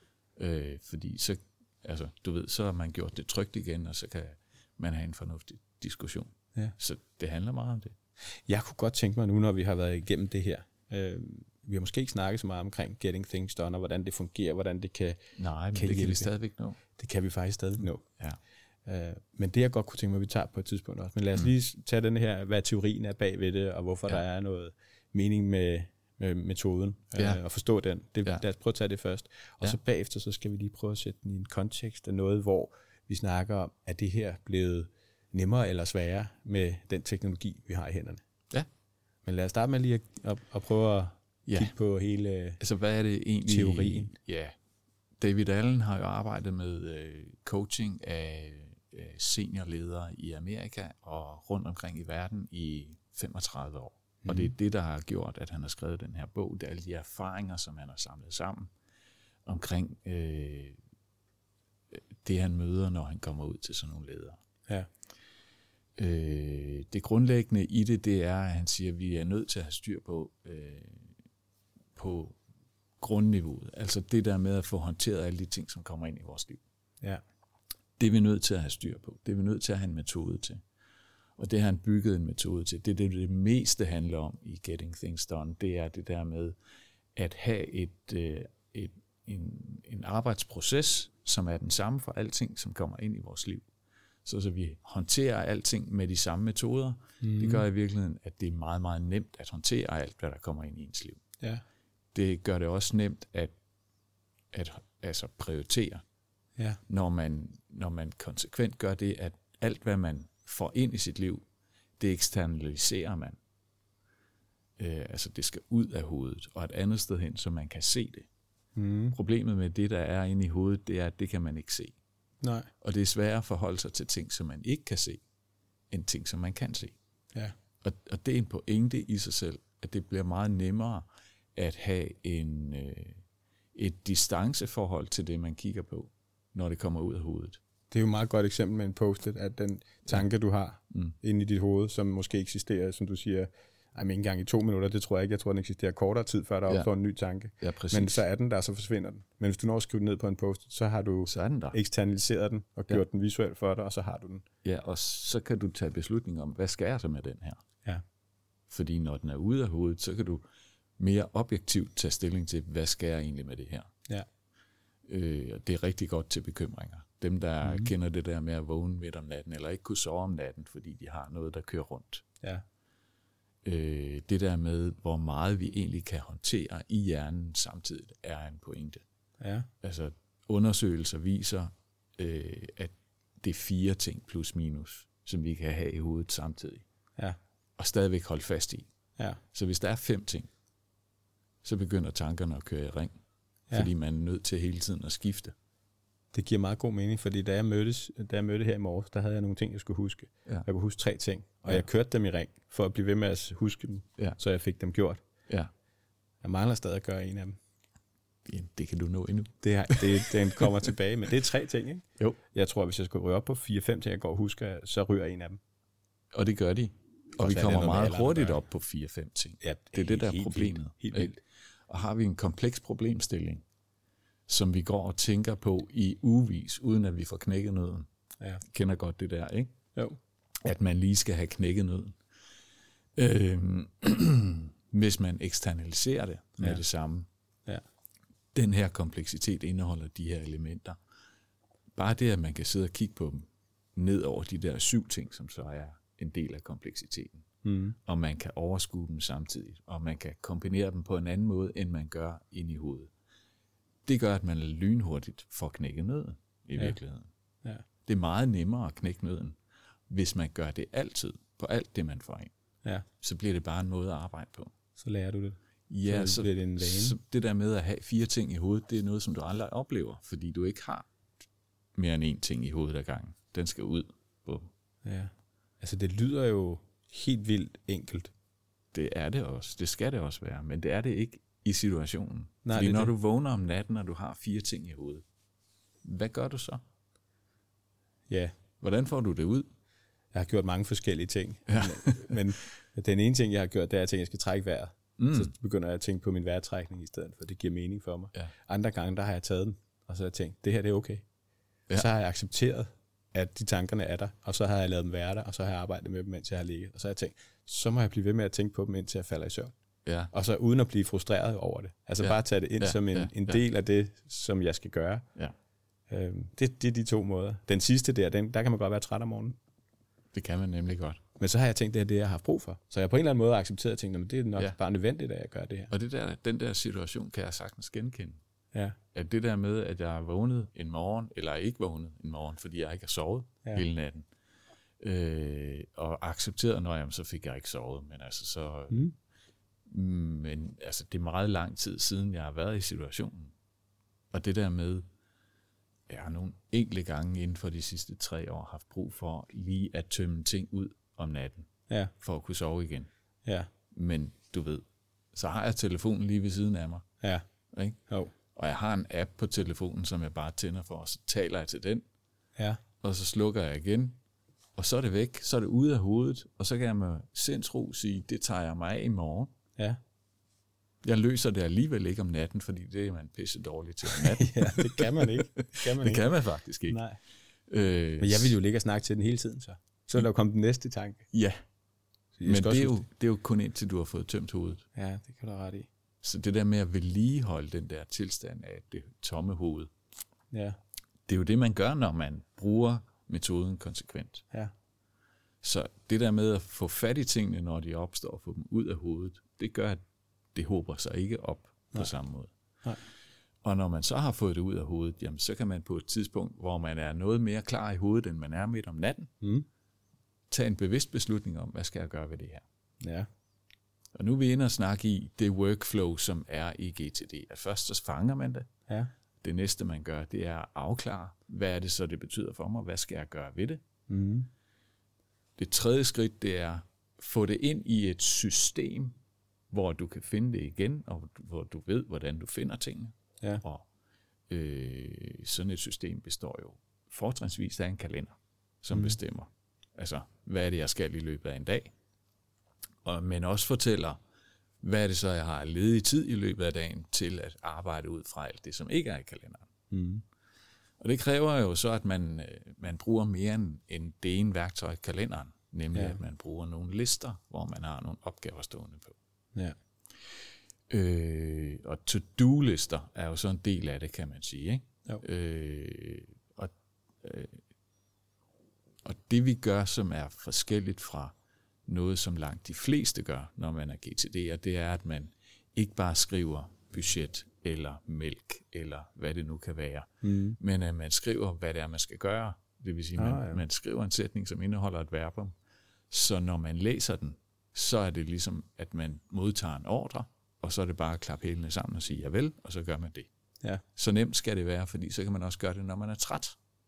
B: Fordi så, altså, du ved, så har man gjort det trygt igen, og så kan man have en fornuftig diskussion. Ja. Så det handler meget om det.
A: Jeg kunne godt tænke mig nu, når vi har været igennem det her, vi har måske ikke snakket så meget omkring getting things done, og hvordan det fungerer, hvordan det kan...
B: Nej, men det kan vi stadigvæk nå.
A: Det kan vi faktisk stadigvæk nå.
B: Ja.
A: Men det jeg godt kunne tænke mig, at vi tager på et tidspunkt også. Men lad os lige tage den her, hvad teorien er bag ved det, og hvorfor der er noget mening med metoden, og forstå den. Lad os prøve at tage det først. Og så bagefter, så skal vi lige prøve at sætte den i en kontekst af noget, hvor vi snakker om, at det her blevet nemmere eller sværere med den teknologi, vi har i hænderne. Ja. Men lad os starte med lige at prøve at kigge på hele
B: altså, hvad er det egentlig,
A: teorien.
B: Ja. David Allen har jo arbejdet med coaching af seniorledere i Amerika og rundt omkring i verden i 35 år. Og det er det, der har gjort, at han har skrevet den her bog. Det er alle de erfaringer, som han har samlet sammen omkring det, han møder, når han kommer ud til sådan nogle ledere. Ja. Det grundlæggende i det er, at han siger, at vi er nødt til at have styr på grundniveauet. Altså det der med at få håndteret alle de ting, som kommer ind i vores liv. Ja. Det er vi nødt til at have styr på. Det er vi nødt til at have en metode til. Og det har han bygget en metode til. Det meste handler om i Getting Things Done. Det er det der med at have en arbejdsproces, som er den samme for alting, som kommer ind i vores liv. Så vi håndterer alting med de samme metoder. Det gør i virkeligheden, at det er meget, meget nemt at håndtere alt, hvad der kommer ind i ens liv. Ja. Det gør det også nemt at altså prioritere. Ja. Når man konsekvent gør det, at alt, hvad man får ind i sit liv, det eksternaliserer man. Altså det skal ud af hovedet, og et andet sted hen, så man kan se det. Problemet med det, der er inde i hovedet, det er, at det kan man ikke se. Nej. Og det er sværere at forholde sig til ting, som man ikke kan se, end ting, som man kan se. Ja. Og det er en pointe i sig selv, at det bliver meget nemmere at have et distanceforhold til det, man kigger på, når det kommer ud af hovedet.
A: Det er jo et meget godt eksempel med en post-it, at den tanke, du har inde i dit hoved, som måske eksisterer, som du siger, ikke engang i 2 minutter, det tror jeg ikke. Jeg tror, den eksisterer kortere tid, før der opstår en ny tanke. Ja, men så er den der, så forsvinder den. Men hvis du når at skrive den ned på en post, så har du eksternaliseret den og gjort den visuel for dig, og så har du den.
B: Ja, og så kan du tage beslutning om, hvad skal jeg så med den her? Ja. Fordi når den er ude af hovedet, så kan du mere objektivt tage stilling til, hvad skal jeg egentlig med det her? Ja. Det er rigtig godt til bekymringer. Dem, der kender det der med at vågne midt om natten, eller ikke kunne sove om natten, fordi de har noget, der kører rundt. Ja. Det der med, hvor meget vi egentlig kan håndtere i hjernen samtidig, er en pointe. Ja. Altså undersøgelser viser, at det er 4 ting plus minus, som vi kan have i hovedet samtidig.
A: Ja.
B: Og stadigvæk holde fast i.
A: Ja.
B: Så hvis der er 5 ting, så begynder tankerne at køre i ring.
A: Ja.
B: Fordi man er nødt til hele tiden at skifte.
A: Det giver meget god mening, fordi da jeg mødte her i morges, der havde jeg nogle ting, jeg skulle huske.
B: Ja.
A: Jeg kunne huske 3 ting, og
B: Ja.
A: jeg kørte dem i ring, for at blive ved med at huske dem,
B: Ja.
A: så jeg fik dem gjort.
B: Ja.
A: Jeg mangler stadig at gøre en af dem.
B: Jamen, det kan du nå endnu.
A: Den kommer tilbage, men det er 3 ting, ikke?
B: Jo.
A: Jeg tror, hvis jeg skulle ryge op på 4-5 ting, jeg går og husker, så ryger en af dem.
B: Og det gør de. Og vi
A: så er det
B: kommer
A: noget med
B: meget
A: alderen,
B: hurtigt
A: der er.
B: op på 4-5 ting.
A: Ja,
B: Det er det, der er
A: helt
B: problemet.
A: vildt. Helt
B: ikke?
A: vildt.
B: Og har vi en kompleks problemstilling, som vi går og tænker på i ugevis, uden at vi får knækket nøden.
A: Ja.
B: Jeg kender godt det der, ikke?
A: Jo.
B: At man lige skal have knækket nøden. Hvis man eksternaliserer det med det samme.
A: Ja.
B: Den her kompleksitet indeholder de her elementer. Bare det, at man kan sidde og kigge på dem, ned over de der 7 ting, som så er en del af kompleksiteten.
A: Mm.
B: Og man kan overskue dem samtidig, og man kan kombinere dem på en anden måde, end man gør ind i hovedet. Det gør, at man lynhurtigt får knækket nøden i virkeligheden.
A: Ja.
B: Det er meget nemmere at knække nøden, hvis man gør det altid, på alt det, man får ind.
A: Ja.
B: Så bliver det bare en måde at arbejde på.
A: Så lærer du det.
B: Ja,
A: så bliver det en vane.
B: så det der med at have 4 ting i hovedet, det er noget, som du aldrig oplever, fordi du ikke har mere end 1 ting i hovedet ad gangen. Den skal ud på.
A: Ja. Altså, det lyder jo helt vildt enkelt.
B: Det er det også. Det skal det også være, men det er det ikke i situationen.
A: Nej,
B: fordi
A: det er
B: når
A: det.
B: du vågner om natten, og du har 4 ting i hovedet, hvad gør du så?
A: Ja.
B: Hvordan får du det ud?
A: Jeg har gjort mange forskellige ting.
B: Ja.
A: Men den ene ting, jeg har gjort, det er, at jeg skal trække vejret. Så begynder jeg at tænke på min vejrtrækning i stedet, for det giver mening for mig.
B: Ja.
A: Andre gange, der har jeg taget den, og så har jeg tænkt, det her det er okay.
B: Ja.
A: Og så har jeg accepteret, at de tankerne er der, og så har jeg lavet dem være der, og så har jeg arbejdet med dem, mens jeg har ligget. Og så har jeg tænkt, så må jeg blive ved med at tænke på dem, indtil jeg falder i søvn.
B: Ja.
A: Og så uden at blive frustreret over det. Altså bare tage det ind som en del af det, som jeg skal gøre.
B: Ja.
A: Det er de 2 måder. Den sidste der kan man godt være træt om morgenen.
B: Det kan man nemlig godt.
A: Men så har jeg tænkt, det er det, jeg har haft brug for. Så jeg har på en eller anden måde accepteret og tænkt, at det er nok bare nødvendigt, at jeg gør det her.
B: Og den der situation kan jeg sagtens genkende.
A: Ja.
B: At det der med, at jeg er vågnet en morgen, eller ikke vågnet en morgen, fordi jeg ikke har sovet hele natten, og accepteret, når så fik jeg ikke sovet. Men altså så... Men altså, det er meget lang tid siden, jeg har været i situationen. Og det der med, jeg har nogle enkelte gange inden for de sidste 3 år haft brug for lige at tømme ting ud om natten, for at kunne sove igen.
A: Ja.
B: Men du ved, så har jeg telefonen lige ved siden af mig.
A: Ja.
B: Ikke?
A: Jo.
B: Og jeg har en app på telefonen, som jeg bare tænder for, og så taler jeg til den,
A: Ja.
B: og så slukker jeg igen, og så er det væk, så er det ude af hovedet, og så kan jeg med sindsro sige, det tager jeg mig af i morgen.
A: Ja.
B: Jeg løser det alligevel ikke om natten, fordi det er man pisse dårlig til om natten.
A: Ja, det kan man ikke.
B: Det kan man faktisk ikke.
A: Nej. Men jeg vil jo ligge og snakke til den hele tiden, så. Så er der jo kommet den næste tanke.
B: Ja, men det er jo kun indtil du har fået tømt hovedet.
A: Ja, det kan du ret i.
B: Så det der med at vedligeholde den der tilstand af det tomme hoved,
A: Ja.
B: det er jo det, man gør, når man bruger metoden konsekvent.
A: Ja.
B: Så det der med at få fat i tingene, når de opstår, og få dem ud af hovedet, det gør, at det hober sig ikke op på samme måde.
A: Nej.
B: Og når man så har fået det ud af hovedet, jamen, så kan man på et tidspunkt, hvor man er noget mere klar i hovedet, end man er midt om natten, tage en bevidst beslutning om, hvad skal jeg gøre ved det her.
A: Ja.
B: Og nu er vi inde og snakke i det workflow, som er i GTD. At først så fanger man det.
A: Ja.
B: Det næste, man gør, det er at afklare, hvad er det så, det betyder for mig? Hvad skal jeg gøre ved det? Det tredje skridt, det er få det ind i et system, hvor du kan finde det igen, og hvor du ved, hvordan du finder tingene.
A: Ja.
B: Og sådan et system består jo fortrinsvis af en kalender, som bestemmer, altså, hvad er det, jeg skal i løbet af en dag? Men også fortæller, hvad er det så, jeg har ledig tid i løbet af dagen til at arbejde ud fra alt det, som ikke er i kalenderen. Og det kræver jo så, at man bruger mere end det ene værktøj, kalenderen, nemlig at man bruger nogle lister, hvor man har nogle opgaver stående på.
A: Ja.
B: Og to-do-lister er jo så en del af det, kan man sige. Ikke?
A: Jo.
B: Og det vi gør, som er forskelligt fra noget, som langt de fleste gør, når man er GTD'er, det er, at man ikke bare skriver budget eller mælk, eller hvad det nu kan være. Men at man skriver, hvad det er, man skal gøre. Det vil sige, man skriver en sætning, som indeholder et verbum. Så når man læser den, så er det ligesom, at man modtager en ordre, og så er det bare at klappe hælene sammen og sige javel, og så gør man det.
A: Ja.
B: Så nemt skal det være, fordi så kan man også gøre det, når man er træt.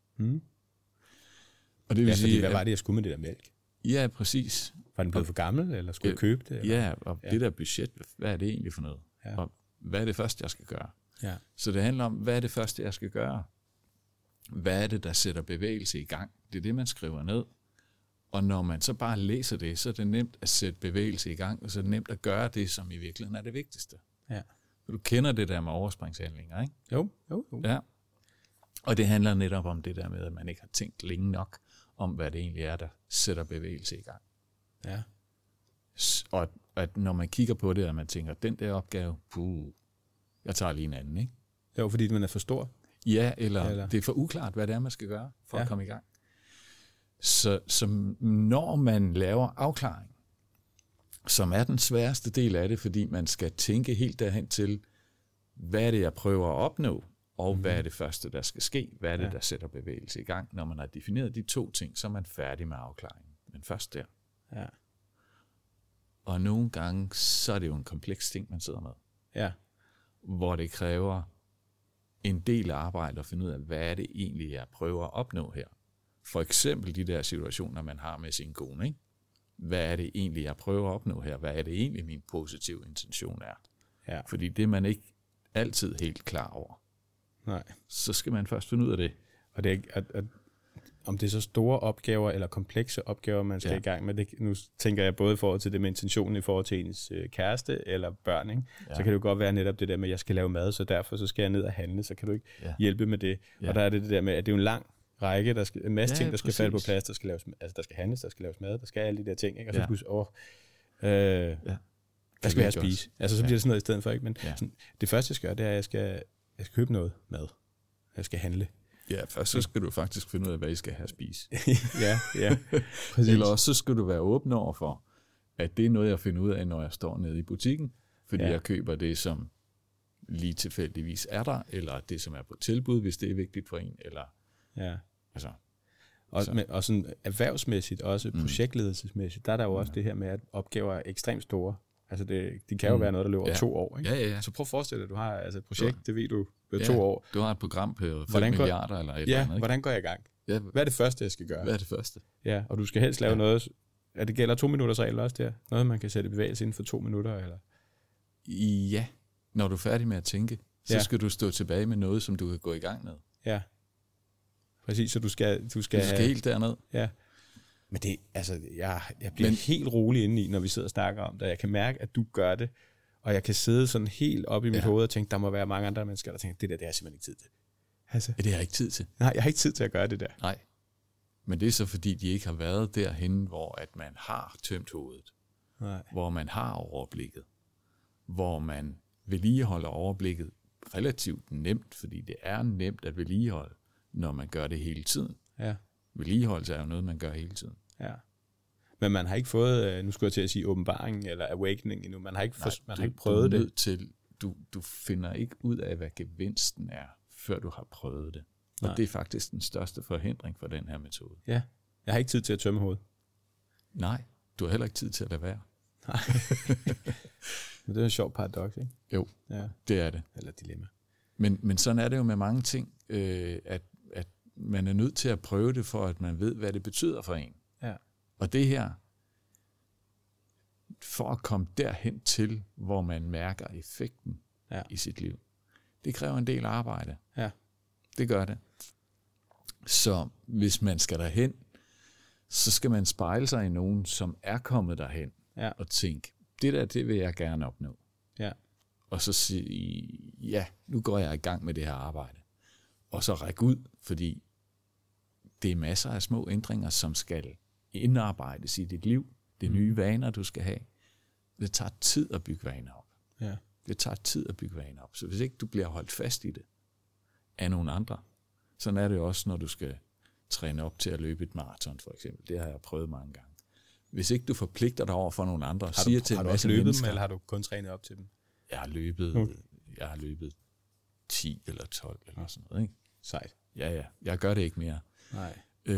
A: Og det vil sige, hvad var det, jeg skulle med det der mælk?
B: Ja, præcis.
A: Var den blevet for gammel, eller skulle jeg købe det? Eller?
B: Ja, og det der budget, hvad er det egentlig for noget? Ja. Og hvad er det første, jeg skal gøre?
A: Ja.
B: Så det handler om, hvad er det første, jeg skal gøre? Hvad er det, der sætter bevægelse i gang? Det er det, man skriver ned. Og når man så bare læser det, så er det nemt at sætte bevægelse i gang, og så er det nemt at gøre det, som i virkeligheden er det vigtigste.
A: Ja.
B: Du kender det der med overspringshandlinger, ikke?
A: Jo.
B: Ja. Og det handler netop om det der med, at man ikke har tænkt længe nok om, hvad det egentlig er, der sætter bevægelse i gang.
A: Ja.
B: Og at når man kigger på det, og man tænker, den der opgave, jeg tager lige en anden, ikke?
A: Jo, fordi man er for stor.
B: Ja, eller det er for uklart, hvad det er, man skal gøre for at komme i gang. Så når man laver afklaring, som er den sværeste del af det, fordi man skal tænke helt derhen til, hvad er det, jeg prøver at opnå, og hvad er det første, der skal ske? Hvad er det, der sætter bevægelse i gang? Når man har defineret de to ting, så er man færdig med afklaringen. Men først der.
A: Ja.
B: Og nogle gange, så er det jo en kompleks ting, man sidder med.
A: Ja.
B: Hvor det kræver en del arbejde at finde ud af, hvad er det egentlig, jeg prøver at opnå her. For eksempel de der situationer, man har med sin kone, ikke? Hvad er det egentlig, jeg prøver at opnå her? Hvad er det egentlig, min positive intention er?
A: Ja.
B: Fordi det er man ikke altid helt klar over.
A: Nej.
B: Så skal man først finde ud af det.
A: Og det er ikke, om det er så store opgaver eller komplekse opgaver, man skal i gang med. Det, nu tænker jeg både i forhold til det med intentionen i forhold til ens kæreste eller børn. Ikke? Ja. Så kan det jo godt være netop det der med, at jeg skal lave mad, så derfor så skal jeg ned og handle, så kan du ikke hjælpe med det. Ja. Og der er det der med, at det er jo en lang række, der skal, en masse ting, der skal falde på plads, der skal laves, altså der skal handles, der skal laves mad, der skal alle de der ting. Ikke? Og så pludselig, hvad skal jeg spise? Altså så bliver det sådan noget i stedet for. Ikke? Men sådan, det første, jeg skal gøre, det er, at jeg skal købe noget mad. Jeg skal handle.
B: Ja, først så skal du faktisk finde ud af, hvad I skal have at spise.
A: ja. Præcis.
B: Eller også så skal du være åben over for, at det er noget, jeg finder ud af, når jeg står nede i butikken. Fordi jeg køber det, som lige tilfældigvis er der, eller det, som er på tilbud, hvis det er vigtigt for en. Eller, altså,
A: og sådan erhvervsmæssigt, også projektledelsesmæssigt, der er der jo også det her med, at opgaver er ekstremt store. Altså det kan jo være noget, der løber 2 år. Ikke?
B: Ja.
A: Så prøv at forestille dig, at du har altså et projekt, det ved du, 2 år.
B: Du har et program på 5 milliarder eller et eller andet. Ikke?
A: Hvordan går jeg i gang? Ja. Hvad er det første, jeg skal gøre?
B: Hvad er det første?
A: Ja, og du skal helst lave noget, at det gælder 2 minutters regel også der. Noget, man kan sætte i bevægelse inden for 2 minutter, eller?
B: Ja, når du er færdig med at tænke, så skal du stå tilbage med noget, som du kan gå i gang med.
A: Ja, præcis, så du skal
B: helt derned.
A: Ja. Men det, altså, jeg bliver helt rolig indeni, når vi sidder og snakker om det. Jeg kan mærke, at du gør det, og jeg kan sidde sådan helt op i mit hoved og tænke, der må være mange andre mennesker, der tænker, det der, det har jeg simpelthen ikke tid til. Altså,
B: det har jeg ikke tid til.
A: Nej, jeg har ikke tid til at gøre det der.
B: Nej, men det er så fordi, de ikke har været derhen, hvor at man har tømt hovedet.
A: Nej.
B: Hvor man har overblikket. Hvor man vedligeholder overblikket relativt nemt, fordi det er nemt at vedligeholde, når man gør det hele tiden. Ja. Vedligeholdelse er jo noget, man gør hele tiden.
A: Ja. Men man har ikke fået, nu skulle jeg til at sige åbenbaring eller awakening endnu, man har ikke, man har ikke prøvet det.
B: Du finder ikke ud af, hvad gevinsten er, før du har prøvet det. Og
A: Nej.
B: det er faktisk den største forhindring for den her metode.
A: Ja, jeg har ikke tid til at tømme hovedet.
B: Nej, du har heller ikke tid til at lade være.
A: Nej. Men det er en sjov paradoks, ikke?
B: Jo, det er det.
A: Eller dilemma.
B: Men sådan er det jo med mange ting, at man er nødt til at prøve det, for at man ved, hvad det betyder for en.
A: Ja.
B: Og det her, for at komme derhen til, hvor man mærker effekten i sit liv, det kræver en del arbejde.
A: Ja.
B: Det gør det. Så hvis man skal derhen, så skal man spejle sig i nogen, som er kommet derhen, og tænke, det vil jeg gerne opnå.
A: Ja.
B: Og så sige, nu går jeg i gang med det her arbejde. Og så række ud, fordi det er masser af små ændringer, som skal indarbejdes i dit liv. Det er nye vaner, du skal have. Det tager tid at bygge vaner op.
A: Ja.
B: Det tager tid at bygge vaner op. Så hvis ikke du bliver holdt fast i det af nogle andre, sådan er det jo også, når du skal træne op til at løbe et maraton, for eksempel. Det har jeg prøvet mange gange. Hvis ikke du forpligter dig over for nogle andre,
A: har du også løbet dem, eller har du kun trænet op til dem?
B: Jeg har løbet 10 eller 12 eller sådan noget, ikke?
A: Sejt.
B: Ja, jeg gør det ikke mere.
A: Nej.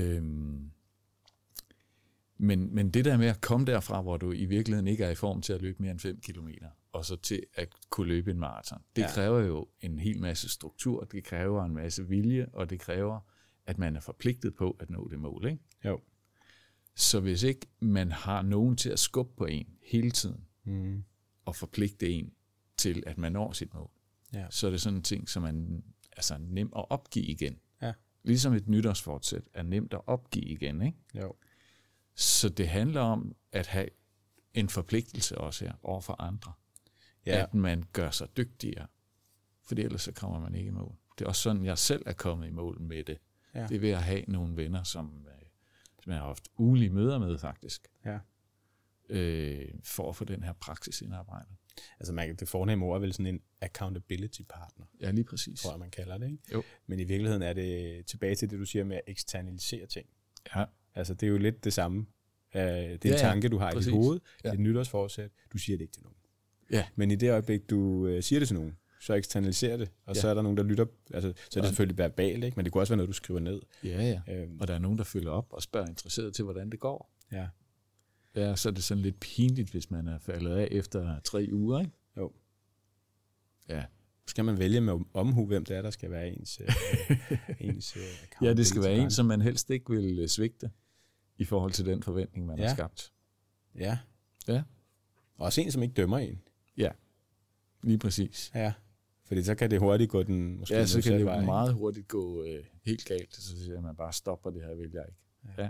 B: Men det der med at komme derfra, hvor du i virkeligheden ikke er i form til at løbe mere end 5 kilometer, og så til at kunne løbe en maraton, det kræver jo en hel masse struktur, det kræver en masse vilje, og det kræver, at man er forpligtet på at nå det mål, ikke?
A: Jo.
B: Så hvis ikke man har nogen til at skubbe på en hele tiden, og forpligte en til, at man når sit mål, så er det sådan en ting, som er altså nem at opgive igen.
A: Ja.
B: Ligesom et nytårsfortsæt er nemt at opgive igen, ikke?
A: Jo.
B: Så det handler om at have en forpligtelse også her over for andre.
A: Ja.
B: At man gør sig dygtigere. For ellers så kommer man ikke i mål. Det er også sådan, jeg selv er kommet i mål med det. Ja. Det er ved at have nogle venner, som jeg har haft ugenlige møder med faktisk.
A: Ja.
B: For at få den her praksis indarbejdet.
A: Altså det fornemme ord er vel sådan en accountability partner.
B: Ja, lige præcis.
A: Tror jeg, man kalder det, ikke?
B: Jo.
A: Men i virkeligheden er det tilbage til det, du siger med at eksternalisere ting.
B: Ja.
A: Altså det er jo lidt det samme. Det er en tanke, du har i dit hoved. Det er et nytårsforsæt. Du siger det ikke til nogen.
B: Ja.
A: Men i det øjeblik, du siger det til nogen, så eksternaliserer det, og så er der nogen, der lytter. Altså, så er det selvfølgelig verbalt, ikke? Men det kunne også være noget, du skriver ned.
B: Ja. Og der er nogen, der følger op og spørger interesseret til, hvordan det går.
A: Ja.
B: Ja, så er det sådan lidt pinligt, hvis man er faldet af efter 3 uger, ikke?
A: Jo.
B: Ja.
A: Skal man vælge med omhu, hvem det er, der skal være ens account?
B: Ja, det skal være en, som man helst ikke vil svigte i forhold til den forventning, man har skabt.
A: Ja.
B: Ja.
A: Også en, som ikke dømmer en.
B: Ja, lige præcis.
A: Ja, fordi så kan det hurtigt gå den måske.
B: Ja, så kan det meget hurtigt gå helt galt, så siger man bare stopper det her, vil jeg ikke.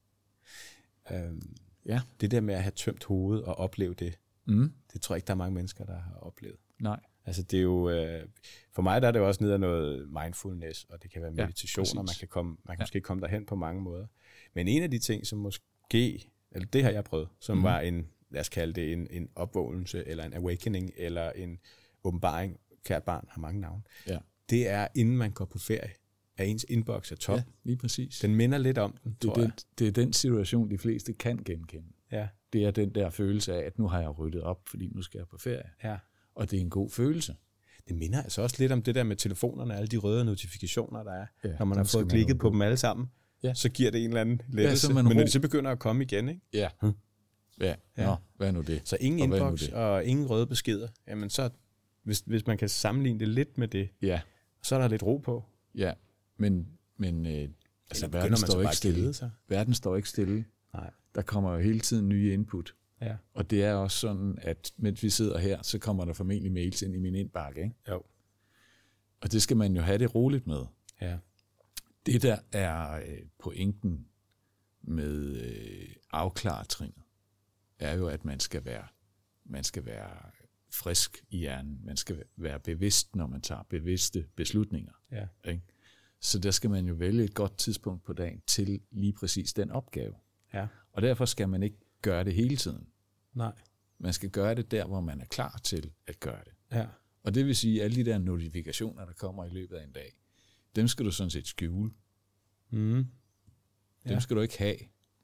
B: Ja.
A: Det der med at have tømt hovedet og opleve det, det tror jeg ikke, der er mange mennesker, der har oplevet.
B: Nej.
A: Altså det er jo, for mig der er det jo også ned af noget mindfulness, og det kan være meditation, og man kan måske komme derhen på mange måder. Men en af de ting, som måske, eller det har jeg prøvet, som var en, lad os kalde det en opvågnelse, eller en awakening, eller en åbenbaring, kært barn har mange navne, det er, inden man går på ferie, at ens inbox er top.
B: Ja, lige præcis.
A: Den minder lidt om den, tror jeg.
B: Det er den situation, de fleste kan genkende.
A: Ja.
B: Det er den der følelse af, at nu har jeg ryddet op, fordi nu skal jeg på ferie.
A: Ja.
B: Og det er en god følelse.
A: Det minder altså også lidt om det der med telefonerne, alle de røde notifikationer, der er. Ja, når man har fået klikket på dem alle sammen, så giver det en eller anden lettelse. Men når de så begynder at komme igen, ikke?
B: Ja. Ja. Nå, hvad er nu det?
A: Så ingen inbox og ingen røde beskeder. Jamen så, hvis man kan sammenligne det lidt med det, så er der lidt ro på.
B: Ja, men altså, verden står ikke stille. Verden står ikke stille.
A: Nej.
B: Der kommer jo hele tiden nye input.
A: Ja.
B: Og det er også sådan, at mens vi sidder her, så kommer der formentlig mails ind i min indbakke, ikke?
A: Jo.
B: Og det skal man jo have det roligt med.
A: Ja.
B: Det der er pointen med afklaretrinnet, er jo, at man skal være frisk i hjernen. Man skal være bevidst, når man tager bevidste beslutninger.
A: Ja.
B: Ikke? Så der skal man jo vælge et godt tidspunkt på dagen til lige præcis den opgave.
A: Ja.
B: Og derfor skal man ikke gøre det hele tiden.
A: Nej.
B: Man skal gøre det der, hvor man er klar til at gøre det.
A: Ja.
B: Og det vil sige, at alle de der notifikationer, der kommer i løbet af en dag, dem skal du sådan set skjule. Dem skal du ikke have.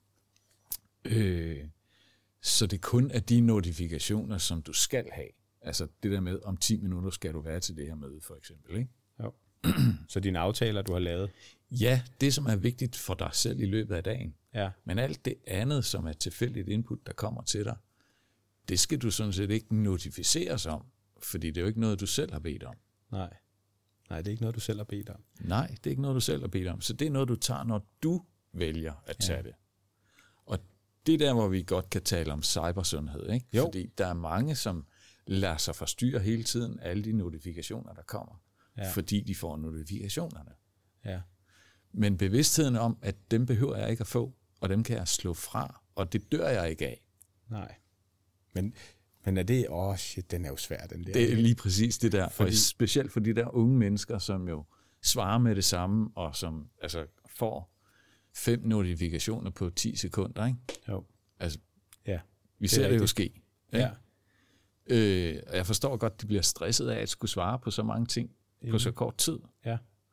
B: Så det kun er de notifikationer, som du skal have. Altså det der med, om 10 minutter skal du være til det her møde, for eksempel. Ikke?
A: Jo. Så dine aftaler, du har lavet?
B: Ja, det som er vigtigt for dig selv i løbet af dagen.
A: Ja.
B: Men alt det andet, som er tilfældigt input, der kommer til dig, det skal du sådan set ikke notificeres om, fordi det er jo ikke noget, du selv har bedt om.
A: Nej, det er ikke noget, du selv har bedt om.
B: Nej, det er ikke noget, du selv har bedt om. Så det er noget, du tager, når du vælger at tage det. Og det er der, hvor vi godt kan tale om cybersundhed, ikke?
A: Jo.
B: Fordi der er mange, som lader sig forstyrre hele tiden alle de notifikationer, der kommer. Ja. Fordi de får notifikationerne.
A: Ja.
B: Men bevidstheden om, at dem behøver jeg ikke at få, og dem kan jeg slå fra, og det dør jeg ikke af.
A: Nej. Men er det... den er jo svær, den der.
B: Det er lige præcis det der. Og specielt for de der unge mennesker, som jo svarer med det samme, og som altså får 5 notifikationer på 10 sekunder, ikke?
A: Jo.
B: Altså,
A: ja.
B: Vi ser det jo ske.
A: Ja.
B: Og jeg forstår godt, at de bliver stresset af at skulle svare på så mange ting på så kort tid.
A: Ja.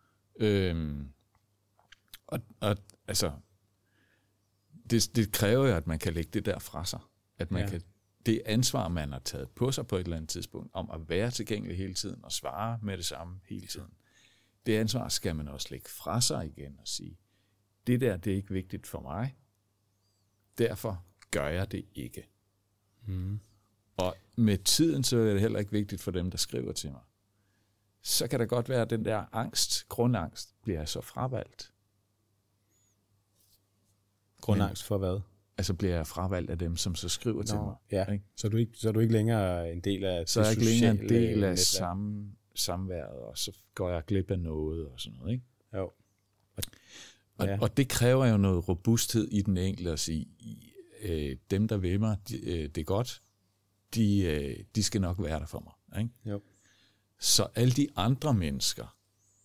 B: Og altså, det kræver jo, at man kan lægge det der fra sig. At man kan det ansvar, man har taget på sig på et eller andet tidspunkt, om at være tilgængelig hele tiden og svare med det samme hele tiden, det ansvar skal man også lægge fra sig igen og sige, det der, det er ikke vigtigt for mig, derfor gør jeg det ikke.
A: Mm.
B: Og med tiden, så er det heller ikke vigtigt for dem, der skriver til mig. Så kan det godt være, at den der angst, grundangst, bliver så fravalgt.
A: Grundangst for hvad?
B: Altså bliver jeg fravalgt af dem, som så skriver til mig.
A: Ja.
B: Ikke?
A: Så er du ikke længere en del af
B: så er jeg ikke længere en del af
A: netværk.
B: samværet, og så går jeg glip af noget og sådan noget. Ikke?
A: Jo.
B: Og det kræver jo noget robusthed i den enkelte at sige, dem der vil mig, det er godt, de skal nok være der for mig. Ikke?
A: Jo.
B: Så alle de andre mennesker,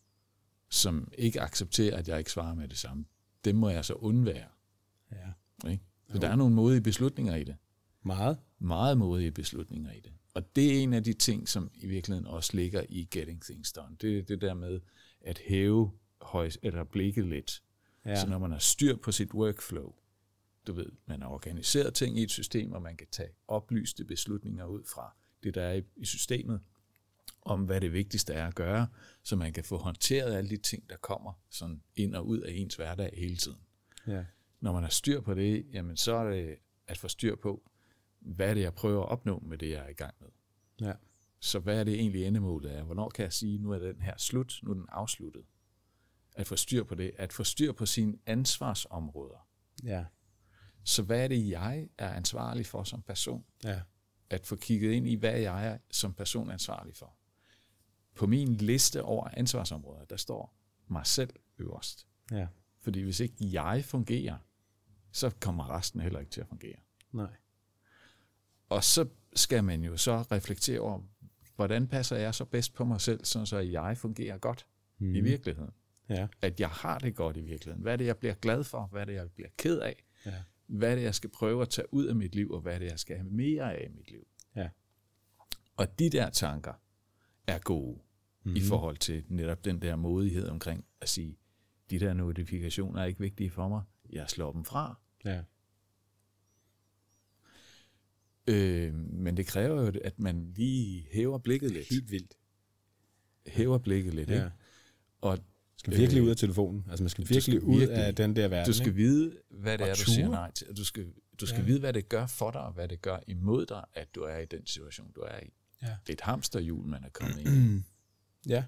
B: som ikke accepterer, at jeg ikke svarer med det samme, dem må jeg så undvære.
A: Ja.
B: Ikke? Så der er nogle modige beslutninger i det.
A: Meget?
B: Meget modige beslutninger i det. Og det er en af de ting, som i virkeligheden også ligger i Getting Things Done. Det er det der med at hæve eller blikket lidt. Ja. Så når man har styr på sit workflow, du ved, man har organiseret ting i et system, og man kan tage oplyste beslutninger ud fra det, der er i systemet, om hvad det vigtigste er at gøre, så man kan få håndteret alle de ting, der kommer sådan ind og ud af ens hverdag hele tiden.
A: Ja.
B: Når man har styr på det, jamen så er det at få styr på, hvad er det, jeg prøver at opnå med det, jeg er i gang med.
A: Ja.
B: Så hvad er det egentlig endemålet er? Hvornår kan jeg sige, nu er den her slut, nu er den afsluttet? At få styr på det, at få styr på sine ansvarsområder.
A: Ja.
B: Så hvad er det, jeg er ansvarlig for som person?
A: Ja.
B: At få kigget ind i, hvad jeg er som person ansvarlig for. På min liste over ansvarsområder, der står mig selv øverst.
A: Ja.
B: Fordi hvis ikke jeg fungerer, så kommer resten heller ikke til at fungere.
A: Nej.
B: Og så skal man jo så reflektere over, hvordan passer jeg så bedst på mig selv, så jeg fungerer godt i virkeligheden.
A: Ja.
B: At jeg har det godt i virkeligheden. Hvad er det, jeg bliver glad for? Hvad er det, jeg bliver ked af?
A: Ja.
B: Hvad er det, jeg skal prøve at tage ud af mit liv, og hvad er det, jeg skal have mere af i mit liv?
A: Ja.
B: Og de der tanker er gode i forhold til netop den der modighed omkring at sige, de der notifikationer er ikke vigtige for mig. Jeg slår dem fra.
A: Ja.
B: Men det kræver jo, at man lige hæver blikket lidt.
A: Helt vildt.
B: Hæver blikket lidt,
A: Ja.
B: ikke? Og
A: skal virkelig ud af telefonen. Altså man skal virkelig ud af den der verden.
B: Du skal vide, hvad det
A: og
B: er, du siger nej til. Du skal vide, hvad det gør for dig, og hvad det gør imod dig, at du er i den situation, du er i.
A: Ja.
B: Det er et hamsterhjul, man er kommet ind i.
A: Ja.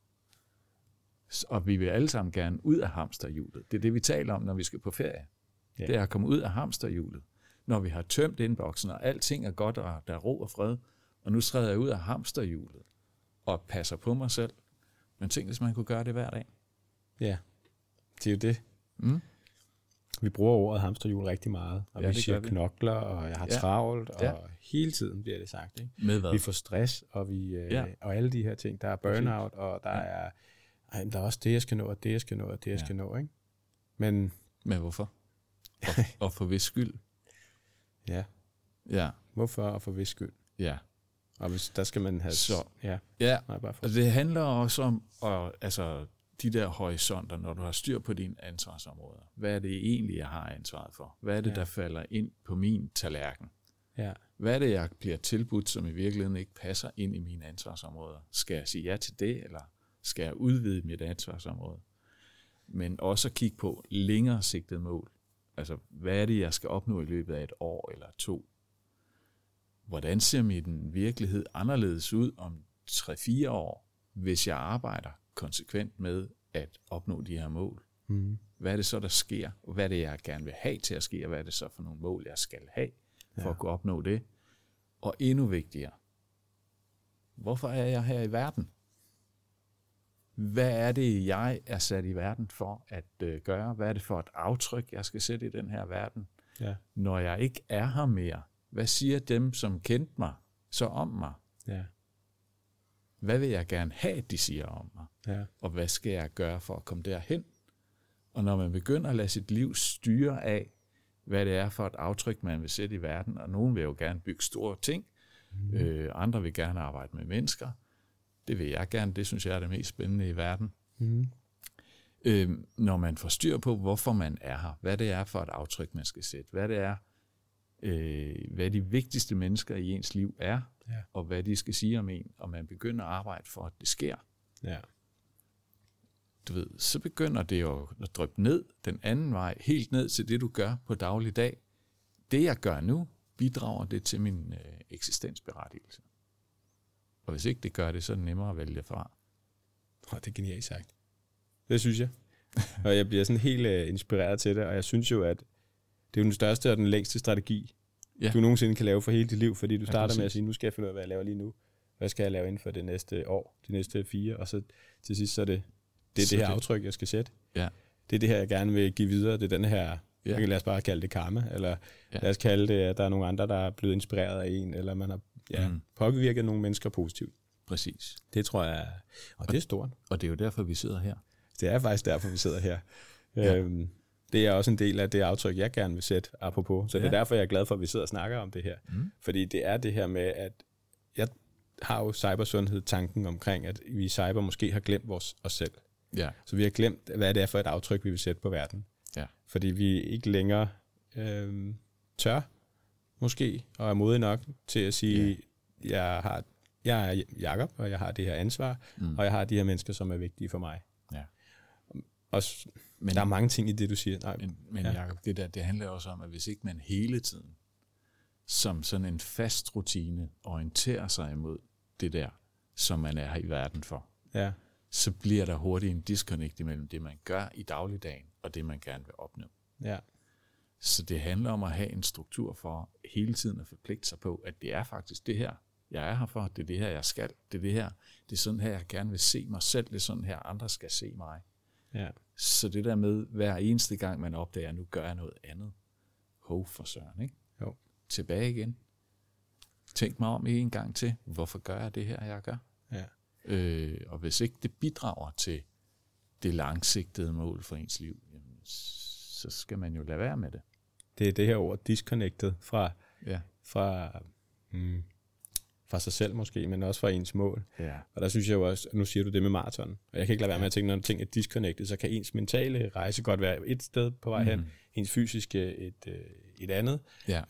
B: Og vi vil alle sammen gerne ud af hamsterhjulet. Det er det, vi taler om, når vi skal på ferie.
A: Ja.
B: Det er at komme ud af hamsterhjulet. Når vi har tømt indboksen, og alting er godt, og der er ro og fred, og nu træder jeg ud af hamsterhjulet, og passer på mig selv. Men tænk, hvis man kunne gøre det hver dag.
A: Ja, det er jo det. Vi bruger ordet hamsterhjul rigtig meget, og vi siger knokler, og jeg har travlt, og hele tiden bliver det sagt. Ikke?
B: Med hvad?
A: Vi får stress, og og alle de her ting. Der er burnout, og der er også det, jeg skal nå, og det, jeg skal nå, og det, jeg skal nå. Ikke? Men
B: hvorfor? Og for hvis skyld?
A: Ja.
B: Ja.
A: Hvorfor og for hvis skyld?
B: Ja.
A: Og hvis der skal man have...
B: Ja.
A: Nej, bare for.
B: Altså, det handler også om de der horisonter, når du har styr på dine ansvarsområder. Hvad er det egentlig, jeg har ansvaret for? Hvad er det, der falder ind på min tallerken?
A: Ja.
B: Hvad er det, jeg bliver tilbudt, som i virkeligheden ikke passer ind i mine ansvarsområder? Skal jeg sige ja til det, eller skal jeg udvide mit ansvarsområde? Men også at kigge på længere sigtet mål. Altså, hvad er det, jeg skal opnå i løbet af 1 år eller 2? Hvordan ser min virkelighed anderledes ud om 3-4 år, hvis jeg arbejder konsekvent med at opnå de her mål? Hvad er det så, der sker? Hvad er det, jeg gerne vil have til at ske? Og hvad er det så for nogle mål, jeg skal have for at kunne opnå det? Og endnu vigtigere, hvorfor er jeg her i verden? Hvad er det, jeg er sat i verden for at gøre? Hvad er det for et aftryk, jeg skal sætte i den her verden?
A: Ja.
B: Når jeg ikke er her mere, hvad siger dem, som kendte mig, så om mig?
A: Ja.
B: Hvad vil jeg gerne have, de siger om mig?
A: Ja.
B: Og hvad skal jeg gøre for at komme derhen? Og når man begynder at lade sit liv styre af, hvad det er for et aftryk, man vil sætte i verden, og nogen vil jo gerne bygge store ting, andre vil gerne arbejde med mennesker, det vil jeg gerne, det synes jeg er det mest spændende i verden. Når man får styr på, hvorfor man er her, hvad det er for et aftryk, man skal sætte, hvad det er, hvad de vigtigste mennesker i ens liv er,
A: Ja.
B: og hvad de skal sige om en, og man begynder at arbejde for, at det sker,
A: Ja.
B: du ved, så begynder det jo at dryppe ned den anden vej, helt ned til det, du gør på daglig dag. Det, jeg gør nu, bidrager det til min eksistensberettigelse. Og hvis ikke det gør det, så er det nemmere at vælge fra.
A: Det er genialt sagt. Det synes jeg. Og jeg bliver sådan helt inspireret til det, og jeg synes jo, at det er jo den største og den længste strategi, du nogensinde kan lave for hele dit liv, fordi du starter med at sige, nu skal jeg finde ud af, hvad jeg laver lige nu. Hvad skal jeg lave inden for det næste år, de næste 4, og så til sidst så er det her aftryk, jeg skal sætte.
B: Ja.
A: Det er det her, jeg gerne vil give videre. Det er den her, lad os bare kalde det karma, eller lad os kalde det, at der er nogle andre, der er blevet inspireret af en, eller man har påvirket nogle mennesker positivt.
B: Præcis.
A: Det tror jeg, og det er stort.
B: Og det er jo derfor, vi sidder her.
A: Det er faktisk derfor, vi sidder her. Ja. Det er også en del af det aftryk, jeg gerne vil sætte, apropos. Så det er derfor, jeg er glad for, at vi sidder og snakker om det her. Fordi det er det her med, at jeg har jo cybersundhed tanken omkring, at vi i cyber måske har glemt os selv.
B: Ja.
A: Så vi har glemt, hvad det er for et aftryk, vi vil sætte på verden.
B: Ja.
A: Fordi vi ikke længere tør, måske, og er modige nok til at sige, jeg er Jakob, og jeg har det her ansvar, og jeg har de her mennesker, som er vigtige for mig.
B: Ja.
A: Og der er mange ting i det, du siger. Nej,
B: men Jacob, det handler også om, at hvis ikke man hele tiden, som sådan en fast rutine, orienterer sig imod det der, som man er her i verden for, så bliver der hurtigt en disconnect imellem det, man gør i dagligdagen, og det, man gerne vil opnå.
A: Ja.
B: Så det handler om at have en struktur for hele tiden at forpligte sig på, at det er faktisk det her, jeg er her for, det er det her, jeg skal, det er det her, det er sådan her, jeg gerne vil se mig selv, det er sådan her, andre skal se mig.
A: Ja.
B: Så det der med, hver eneste gang man opdager, nu gør jeg noget andet. For søren, ikke?
A: Jo.
B: Tilbage igen. Tænk mig om en gang til, hvorfor gør jeg det her, jeg gør?
A: Ja.
B: Og hvis ikke det bidrager til det langsigtede mål for ens liv, jamen, så skal man jo lade være med det.
A: Det er det her ord, disconnected fra sig selv måske, men også fra ens mål. Ja. Og der synes jeg jo også, nu siger du det med maraton, og jeg kan ikke lade være med at tænke, når ting er disconnected, så kan ens mentale rejse godt være et sted på vej hen, ens fysiske et andet. Ja.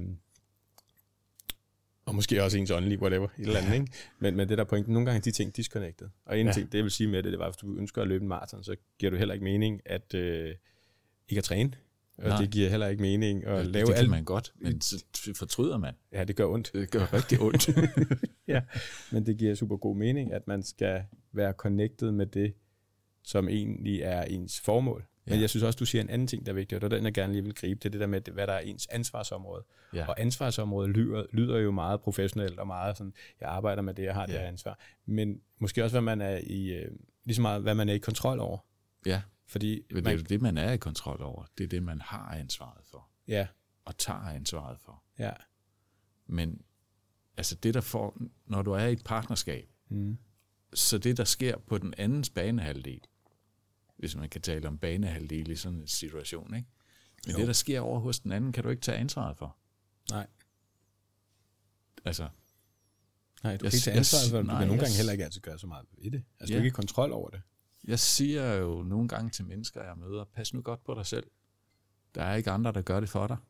A: Og måske også ens åndelige, whatever, et eller andet, ikke? Men det der pointen, nogle gange er de ting disconnected. Og en ting, det jeg vil sige med det var, at hvis du ønsker at løbe en maraton, så giver du heller ikke mening at ikke at træne. Og det giver heller ikke mening at lave alt.
B: Det kan man godt, men så fortryder man.
A: Ja, det gør ondt.
B: Det gør rigtig ondt.
A: Ja, men det giver super god mening, at man skal være connected med det, som egentlig er ens formål. Ja. Men jeg synes også, du siger en anden ting, der er vigtig, og det er den, jeg gerne lige vil gribe, det er det der med, hvad der er ens ansvarsområde. Ja. Og ansvarsområdet lyder jo meget professionelt, og meget sådan, jeg arbejder med det, jeg har det her ansvar. Men måske også, hvad man er i, ligesom meget, hvad man er i kontrol over.
B: Ja.
A: Fordi
B: det er jo det, man er i kontrol over. Det er det, man har ansvaret for.
A: Ja.
B: Og tager ansvaret for.
A: Ja.
B: Men altså det, der får, når du er i et partnerskab, så det, der sker på den andens banehalvdel, hvis man kan tale om banehalvdel i sådan en situation, ikke? Men det, der sker over hos den anden, kan du ikke tage ansvaret for.
A: Nej.
B: Altså.
A: Nej, du kan ikke tage ansvaret for det. Du kan nogle gange heller ikke altid gøre så meget ved det. Altså, du har ikke kontrol over det.
B: Jeg siger jo nogle gange til mennesker, jeg møder, pas nu godt på dig selv. Der er ikke andre, der gør det for dig.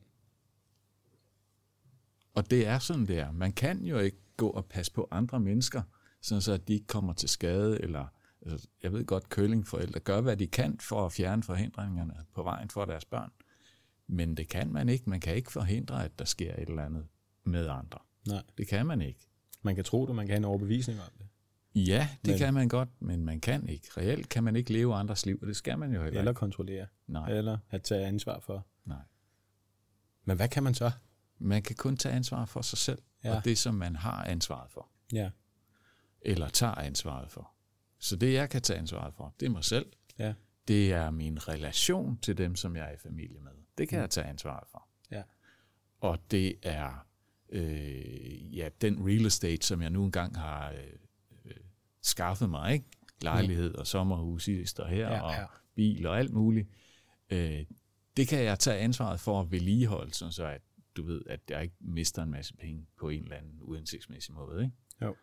B: Og det er sådan der. Man kan jo ikke gå og passe på andre mennesker, sådan så at de ikke kommer til skade, eller altså, jeg ved godt, curlingforældre gør, hvad de kan for at fjerne forhindringerne på vejen for deres børn. Men det kan man ikke. Man kan ikke forhindre, at der sker et eller andet med andre.
A: Nej.
B: Det kan man ikke.
A: Man kan tro det, man kan have en overbevisning om det.
B: Ja, det kan man godt, men man kan ikke. Reelt kan man ikke leve andres liv, og det skal man jo heller ikke.
A: Eller kontrollere.
B: Nej.
A: Eller at tage ansvar for.
B: Nej.
A: Men hvad kan man så?
B: Man kan kun tage ansvar for sig selv, og det, som man har ansvaret for.
A: Ja.
B: Eller tager ansvaret for. Så det, jeg kan tage ansvaret for, det er mig selv.
A: Ja.
B: Det er min relation til dem, som jeg er i familie med. Det kan jeg tage ansvaret for.
A: Ja.
B: Og det er den real estate, som jeg nu engang har skaffet mig, ikke? Lejlighed og sommerhus i der her, og bil og alt muligt. Det kan jeg tage ansvaret for at vedligeholde, så at du ved, at jeg ikke mister en masse penge på en eller anden uhensigtsmæssig måde. Ikke?
A: Jo.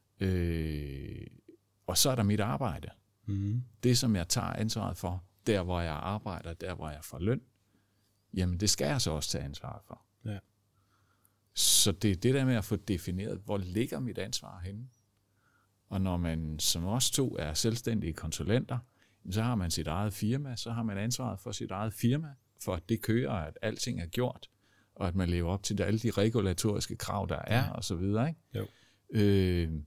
B: Og så er der mit arbejde. Det, som jeg tager ansvaret for, der hvor jeg arbejder, der hvor jeg får løn, jamen det skal jeg så også tage ansvaret for.
A: Ja.
B: Så det er det der med at få defineret, hvor ligger mit ansvar henne. Og når man som os to er selvstændige konsulenter, så har man sit eget firma, så har man ansvaret for sit eget firma, for at det kører, at alting er gjort, og at man lever op til alle de regulatoriske krav, der er, og så videre. Ikke?
A: Jo.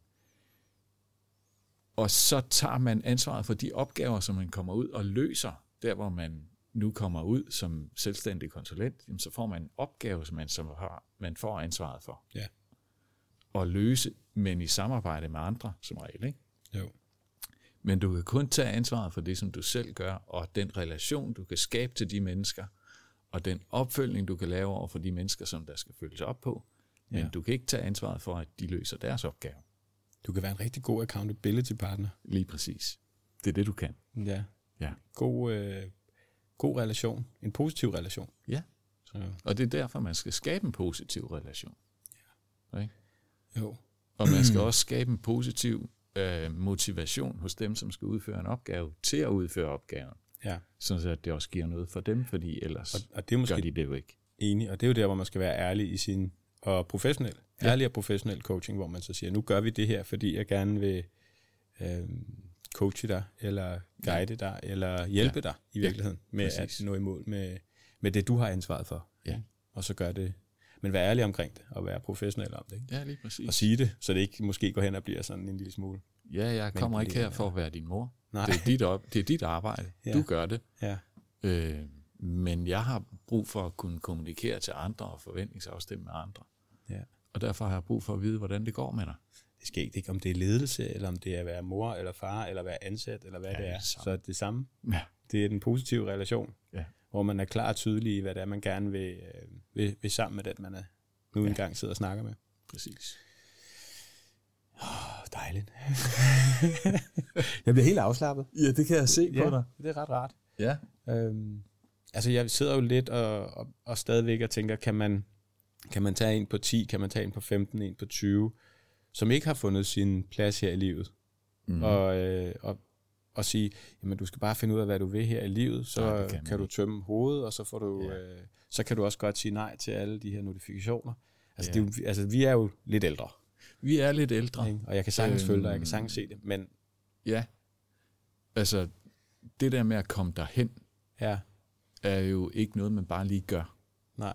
B: Og så tager man ansvaret for de opgaver, som man kommer ud og løser, der hvor man nu kommer ud som selvstændig konsulent, jamen, så får man en opgave, som man får ansvaret for.
A: Ja.
B: Og løse, men i samarbejde med andre, som regel. Ikke?
A: Jo.
B: Men du kan kun tage ansvaret for det, som du selv gør, og den relation, du kan skabe til de mennesker, og den opfølgning, du kan lave over for de mennesker, som der skal følges op på. Men du kan ikke tage ansvaret for, at de løser deres opgave.
A: Du kan være en rigtig god accountability partner.
B: Lige præcis. Det er det, du kan.
A: Ja.
B: Ja.
A: God relation. En positiv relation.
B: Ja.
A: Så.
B: Og det er derfor, man skal skabe en positiv relation. Ja. Okay?
A: Jo.
B: Og man skal også skabe en positiv motivation hos dem, som skal udføre en opgave, til at udføre opgaven.
A: Ja.
B: Sådan at det også giver noget for dem, fordi ellers
A: og det er måske
B: gør de det jo ikke.
A: Enig, og det er jo der, hvor man skal være ærlig i sin, og professionel, ærlig og professionel coaching, hvor man så siger, nu gør vi det her, fordi jeg gerne vil coache dig, eller guide dig, eller hjælpe dig i virkeligheden, med at nå i mål med det, du har ansvaret for.
B: Ja.
A: Og så gør det, men være ærlig omkring det, og være professionel om det. Ikke?
B: Ja, lige præcis.
A: Og sige det, så det ikke måske går hen og bliver sådan en lille smule.
B: Ja, jeg kommer ikke her for at være din mor.
A: Nej.
B: Det er dit arbejde.
A: Ja.
B: Du gør det.
A: Ja.
B: Men jeg har brug for at kunne kommunikere til andre og forventningsafstemme med andre.
A: Ja.
B: Og derfor har jeg brug for at vide, hvordan det går med dig.
A: Det skal ikke, om det er ledelse, eller om det er at være mor eller far, eller være ansat, eller hvad det er. Så er det samme.
B: Ja.
A: Det er den positive relation,
B: Ja.
A: hvor man er klar og tydelig i, hvad det er, man gerne vil sammen med den, man er nu engang sidder og snakker med.
B: Præcis.
A: Dejligt. Jeg bliver helt afslappet.
B: Ja, det kan jeg se på dig.
A: Det er ret rart.
B: Ja.
A: Altså, jeg sidder jo lidt og stadigvæk og tænker, kan man tage en på 10, kan man tage en på 15, en på 20, som ikke har fundet sin plads her i livet, og sige, jamen du skal bare finde ud af, hvad du vil her i livet, så kan du tømme hovedet, og så får du, så kan du også godt sige nej til alle de her notifikationer. Altså, det er jo, vi er jo lidt ældre.
B: Vi er lidt ældre.
A: Ikke? Og jeg kan sagtens følge dig, jeg kan sagtens se det, men...
B: Ja, altså det der med at komme derhen, er jo ikke noget, man bare lige gør.
A: Nej.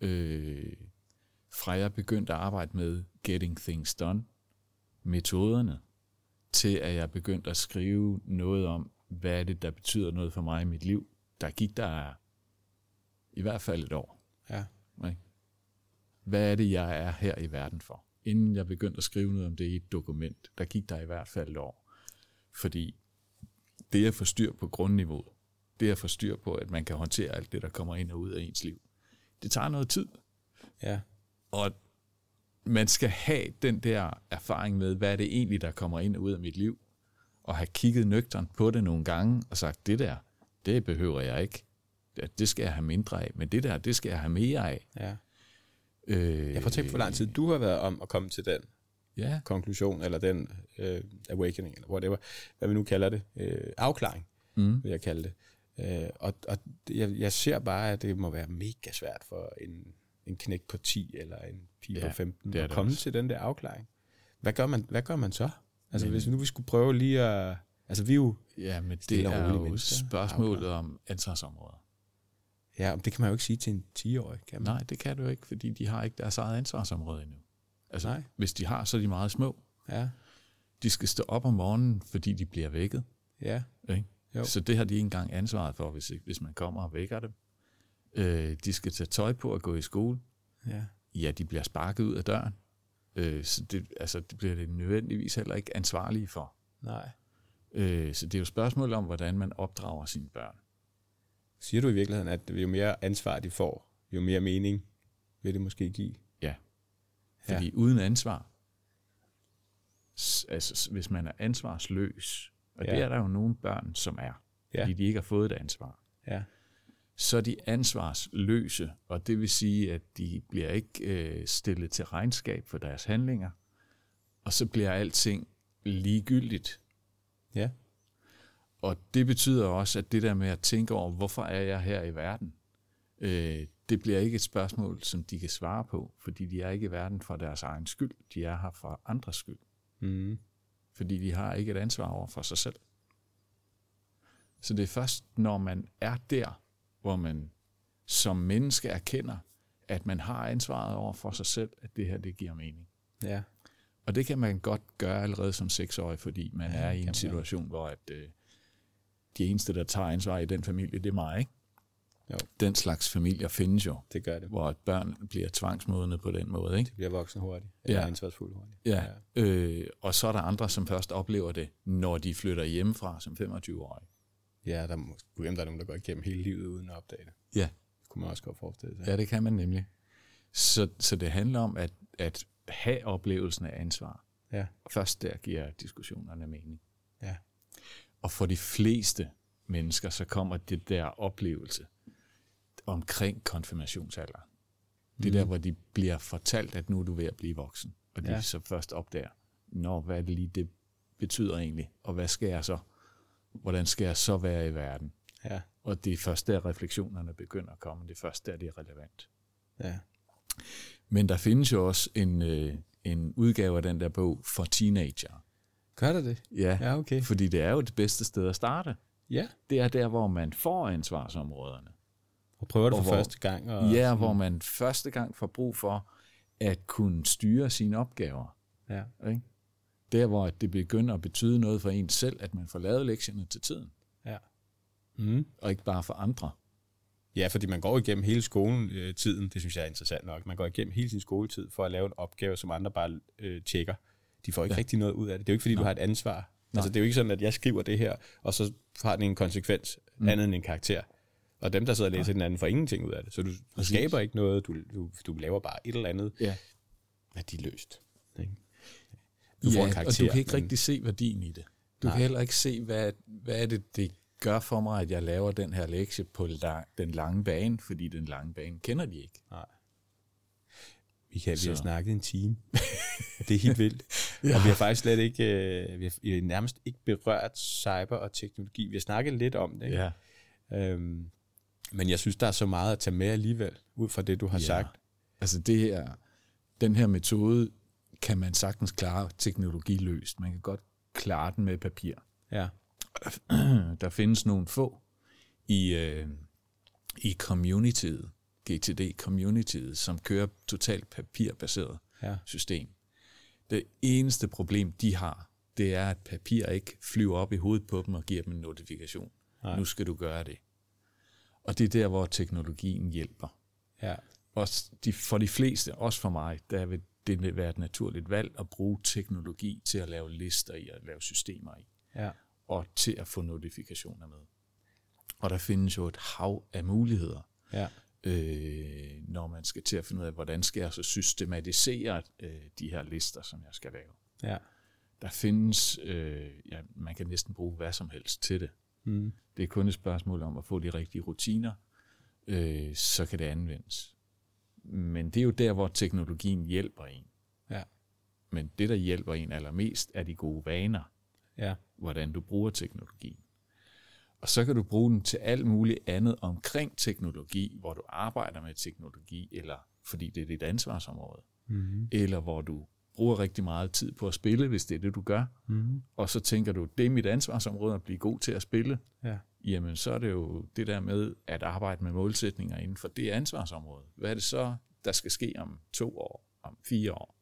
B: Fra jeg begyndte at arbejde med Getting Things Done, metoderne, til at jeg begyndte at skrive noget om, hvad er det, der betyder noget for mig i mit liv, der gik der i hvert fald et år.
A: Ja.
B: Hvad er det, jeg er her i verden for? Inden jeg begyndte at skrive noget om det i et dokument, der gik der i hvert fald et år. Fordi det at få styr på grundniveauet, det at få styr på, at man kan håndtere alt det, der kommer ind og ud af ens liv, det tager noget tid.
A: Ja.
B: Og man skal have den der erfaring med, hvad er det egentlig, der kommer ind og ud af mit liv, og have kigget nøgternt på det nogle gange, og sagt, det behøver jeg ikke. Det skal jeg have mindre af, men det skal jeg have mere af.
A: Ja. Jeg får tænkt på, hvor lang tid du har været om at komme til den konklusion, eller den awakening, eller whatever, hvad vi nu kalder det, afklaring, vil jeg kalde det. Og jeg ser bare, at det må være mega svært for en knægt på 10, eller en pige på 15, at komme til den der afklaring. Hvad gør man så? Altså, hvis nu vi skulle prøve lige at... Altså, vi er jo...
B: Ja, men det er jo spørgsmålet om ansvarsområder.
A: Ja, det kan man jo ikke sige til en 10-årig, kan man?
B: Nej, det kan du ikke, fordi de har ikke deres eget ansvarsområde endnu. Altså,
A: Nej.
B: Hvis de har, så er de meget små.
A: Ja.
B: De skal stå op om morgenen, fordi de bliver vækket.
A: Ja.
B: Ikke? Så det har de ikke engang ansvaret for, hvis man kommer og vækker dem. De skal tage tøj på og gå i skole. Ja, de bliver sparket ud af døren. Så det bliver det nødvendigvis heller ikke ansvarlige for.
A: Nej.
B: Så det er jo spørgsmål om, hvordan man opdrager sine børn.
A: Siger du i virkeligheden, at jo mere ansvar de får, jo mere mening vil det måske give?
B: Ja. Fordi uden ansvar, altså hvis man er ansvarsløs, og det er der jo nogle børn, som er, fordi de ikke har fået et ansvar, så er de ansvarsløse, og det vil sige, at de bliver ikke stillet til regnskab for deres handlinger, og så bliver alting ligegyldigt.
A: Ja.
B: Og det betyder også, at det der med at tænke over, hvorfor er jeg her i verden, det bliver ikke et spørgsmål, som de kan svare på, fordi de er ikke i verden for deres egen skyld. De er her for andres skyld.
A: Mm.
B: Fordi de har ikke et ansvar over for sig selv. Så det er først, når man er der, hvor man som menneske erkender, at man har ansvaret over for sig selv, at det her, det giver mening.
A: Ja.
B: Og det kan man godt gøre allerede som 6-årig, fordi man er i en situation, hvor at, de eneste, der tager ansvar i den familie, det er mig, ikke?
A: Jo.
B: Den slags familier findes jo.
A: Det gør det.
B: Hvor et børn bliver tvangsmodne på den måde, ikke?
A: Det bliver voksne hurtigt. Eller ansvarsfuldt hurtigt.
B: Ja. Og så er der andre, som først oplever det, når de flytter hjemmefra som 25-årige.
A: Ja, der er nogen, der går igennem hele livet uden at opdage det.
B: Ja.
A: Det kunne man også godt forestille sig.
B: Ja, det kan man nemlig. Så det handler om at have oplevelsen af ansvar.
A: Ja.
B: Først der giver diskussionerne mening.
A: Ja.
B: Og for de fleste mennesker, så kommer det der oplevelse omkring konfirmationsalderen. Det er der, hvor de bliver fortalt, at nu er du ved at blive voksen. Og de så først opdager, hvad er det lige, det betyder egentlig? Og hvad skal jeg så? Hvordan skal jeg så være i verden?
A: Ja.
B: Og det er først der, refleksionerne begynder at komme. Det er først der, det er relevant.
A: Ja.
B: Men der findes jo også en udgave af den der bog for teenager.
A: Gør der det?
B: Ja,
A: okay.
B: Fordi det er jo det bedste sted at starte.
A: Ja.
B: Det er der, hvor man får ansvarsområderne.
A: Og prøver det for første gang.
B: Hvor man første gang får brug for at kunne styre sine opgaver.
A: Ja.
B: Ikke? Der, hvor det begynder at betyde noget for en selv, at man får lavet lektierne til tiden.
A: Ja. Mm.
B: Og ikke bare for andre.
A: Ja, fordi man går igennem hele skoletiden, det synes jeg er interessant nok. Man går igennem hele sin skoletid for at lave en opgave, som andre bare tjekker. De får ikke rigtig noget ud af det. Det er jo ikke, fordi du har et ansvar. Altså, det er jo ikke sådan, at jeg skriver det her, og så har den en konsekvens andet end en karakter. Og dem, der sidder og læser den anden, får ingenting ud af det. Så du skaber ikke noget, du laver bare et eller andet værdiløst. Ikke? Du får en karakter,
B: og du kan ikke rigtig se værdien i det. Du kan heller ikke se, hvad er det gør for mig, at jeg laver den her lektie på den lange bane, fordi den lange bane kender de ikke.
A: Nej. Vi har snakket en time. Det er helt vildt. Og vi har faktisk slet ikke, vi har nærmest ikke berørt cyber og teknologi. Vi har snakket lidt om det. Ikke?
B: Ja.
A: Men jeg synes, der er så meget at tage med alligevel, ud fra det, du har sagt.
B: Altså den her metode, kan man sagtens klare teknologiløst. Man kan godt klare den med papir.
A: Ja.
B: Der findes nogle få i communityet, GTD-communityet, som kører totalt papirbaseret system. Det eneste problem, de har, det er, at papir ikke flyver op i hovedet på dem og giver dem en notifikation. Nej. Nu skal du gøre det. Og det er der, hvor teknologien hjælper.
A: Ja.
B: For de fleste, også for mig, der vil det være et naturligt valg at bruge teknologi til at lave lister i, at lave systemer i.
A: Ja.
B: Og til at få notifikationer med. Og der findes jo et hav af muligheder, når man skal til at finde ud af, hvordan skal jeg så systematisere de her lister, som jeg skal lave.
A: Ja.
B: Der findes, man kan næsten bruge hvad som helst til det. Mm. Det er kun et spørgsmål om at få de rigtige rutiner, så kan det anvendes. Men det er jo der, hvor teknologien hjælper en.
A: Ja.
B: Men det, der hjælper en allermest, er de gode vaner.
A: Ja.
B: Hvordan du bruger teknologien. Og så kan du bruge den til alt muligt andet omkring teknologi, hvor du arbejder med teknologi, eller fordi det er dit ansvarsområde. Mm-hmm. Eller hvor du bruger rigtig meget tid på at spille, hvis det er det, du gør. Mm-hmm. Og så tænker du, det er mit ansvarsområde at blive god til at spille. Ja. Jamen, så er det jo det der med at arbejde med målsætninger inden for det ansvarsområde. Hvad er det så, der skal ske om 2 år, om 4 år?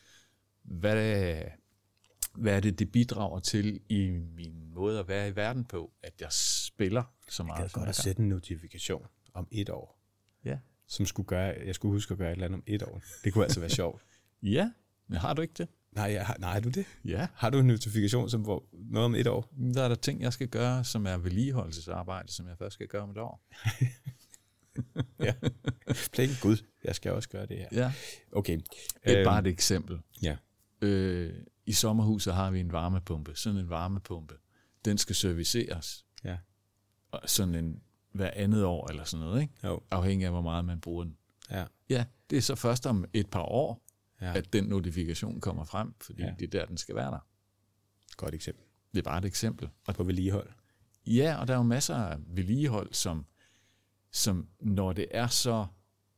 B: Hvad er det bidrager til i min måde at være i verden på, at jeg spiller så meget?
A: Jeg kan godt sætte en notifikation om 1 år, som jeg skulle huske at gøre et eller andet om 1 år. Det kunne altså være sjovt.
B: Ja, men har du ikke det?
A: Nej, har du det?
B: Ja.
A: Har du en notifikation, som var noget om 1 år?
B: Der er der ting, jeg skal gøre, som er vedligeholdelsesarbejde, som jeg først skal gøre om 1 år.
A: Ja. Plæk Gud, jeg skal også gøre det her.
B: Ja.
A: Okay.
B: Det er bare et eksempel.
A: Ja.
B: I sommerhuset har vi en varmepumpe. Sådan en varmepumpe, den skal serviceres.
A: Ja.
B: Sådan hver andet år eller sådan noget, ikke?
A: Jo.
B: Afhængig af, hvor meget man bruger den.
A: Ja.
B: Ja, det er så først om et par år, at den notifikation kommer frem, fordi det er der, den skal være der.
A: Godt eksempel.
B: Det er bare et eksempel.
A: Og på vedligehold.
B: Ja, og der er jo masser af vedligehold, som når det er så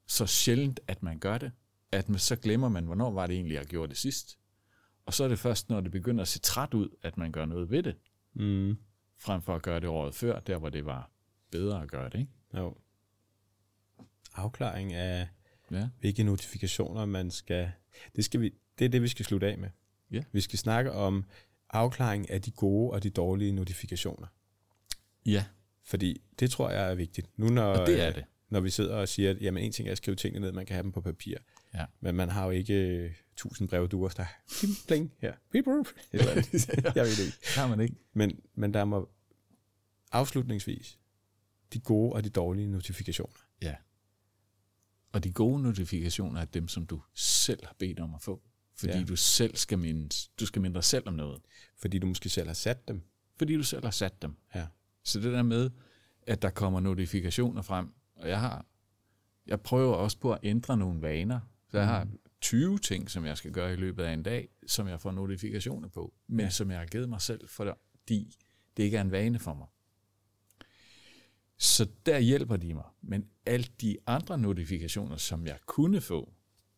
B: så sjældent, at man gør det, at så glemmer man, hvornår var det egentlig, jeg gjorde det sidst. Og så er det først, når det begynder at se træt ud, at man gør noget ved det. Frem for at gøre det året før, der hvor det var bedre at gøre det, ikke?
A: Jo. Afklaring af, hvilke notifikationer man skal... Det er det, vi skal slutte af med.
B: Ja.
A: Vi skal snakke om afklaring af de gode og de dårlige notifikationer.
B: Ja.
A: Fordi det tror jeg er vigtigt. Nu
B: og det er det.
A: Når vi sidder og siger, at jamen, en ting er at skrive tingene ned, man kan have dem på papir.
B: Ja.
A: Men man har jo ikke 1000 brevduer, der pling her. Jeg ved det ikke.
B: Har man ikke.
A: Men der må afslutningsvis de gode og de dårlige notifikationer.
B: Ja. Og de gode notifikationer er dem, som du selv har bedt om at få. Fordi du selv skal mindes. Du skal minde dig selv om noget.
A: Fordi du måske selv har sat dem.
B: Fordi du selv har sat dem.
A: Ja.
B: Så det der med, at der kommer notifikationer frem, og jeg prøver også på at ændre nogle vaner. Så jeg har 20 ting, som jeg skal gøre i løbet af en dag, som jeg får notifikationer på, men som jeg har givet mig selv, fordi det ikke er en vane for mig. Så der hjælper de mig. Men alle de andre notifikationer, som jeg kunne få,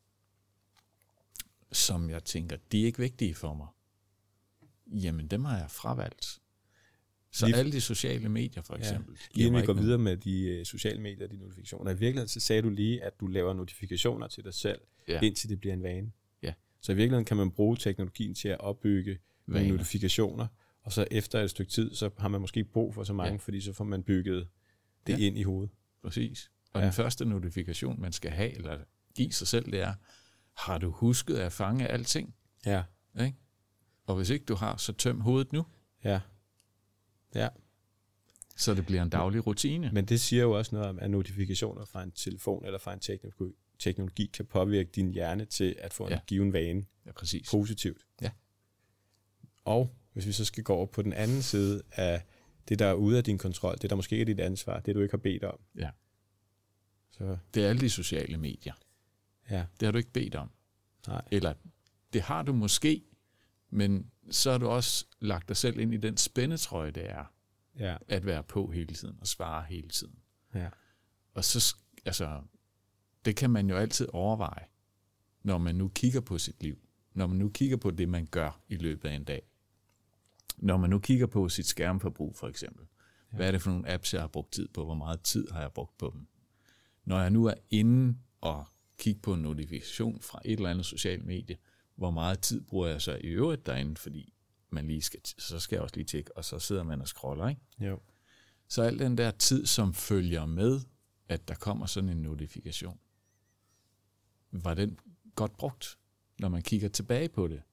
B: som jeg tænker, de er ikke vigtige for mig, jamen dem har jeg fravalgt. Så alle de sociale medier for eksempel.
A: Inden vi går videre med de sociale medier og de notifikationer. I virkeligheden så sagde du lige, at du laver notifikationer til dig selv, indtil det bliver en vane.
B: Ja.
A: Så i virkeligheden kan man bruge teknologien til at opbygge nogle notifikationer, og så efter et stykke tid, så har man måske brug for så mange, fordi så får man bygget det ind i hovedet.
B: Præcis. Og den første notifikation, man skal have, eller give sig selv, det er, har du husket at fange alting?
A: Ja.
B: Ikke? Og hvis ikke du har, så tøm hovedet nu.
A: Ja. Ja.
B: Så det bliver en daglig rutine.
A: Men det siger jo også noget om, at notifikationer fra en telefon eller fra en teknologi kan påvirke din hjerne til at få en given vane.
B: Ja, præcis.
A: Positivt.
B: Ja.
A: Og hvis vi så skal gå over på den anden side af det, der er ude af din kontrol, det der måske ikke er dit ansvar, det du ikke har bedt om.
B: Ja.
A: Så.
B: Det er alle de sociale medier.
A: Ja.
B: Det har du ikke bedt om.
A: Nej.
B: Eller det har du måske, men så har du også lagt dig selv ind i den spændetrøje, det er at være på hele tiden og svare hele tiden.
A: Ja.
B: Og så, det kan man jo altid overveje, når man nu kigger på sit liv. Når man nu kigger på det, man gør i løbet af en dag. Når man nu kigger på sit skærmforbrug for eksempel. Hvad er det for nogle apps, jeg har brugt tid på? Hvor meget tid har jeg brugt på dem? Når jeg nu er inde og kigger på en notifikation fra et eller andet socialt medie, hvor meget tid bruger jeg så i øvrigt derinde, fordi man lige så skal jeg også lige tjekke, og så sidder man og scroller, ikke?
A: Jo.
B: Så al den der tid, som følger med, at der kommer sådan en notifikation, var den godt brugt, når man kigger tilbage på det.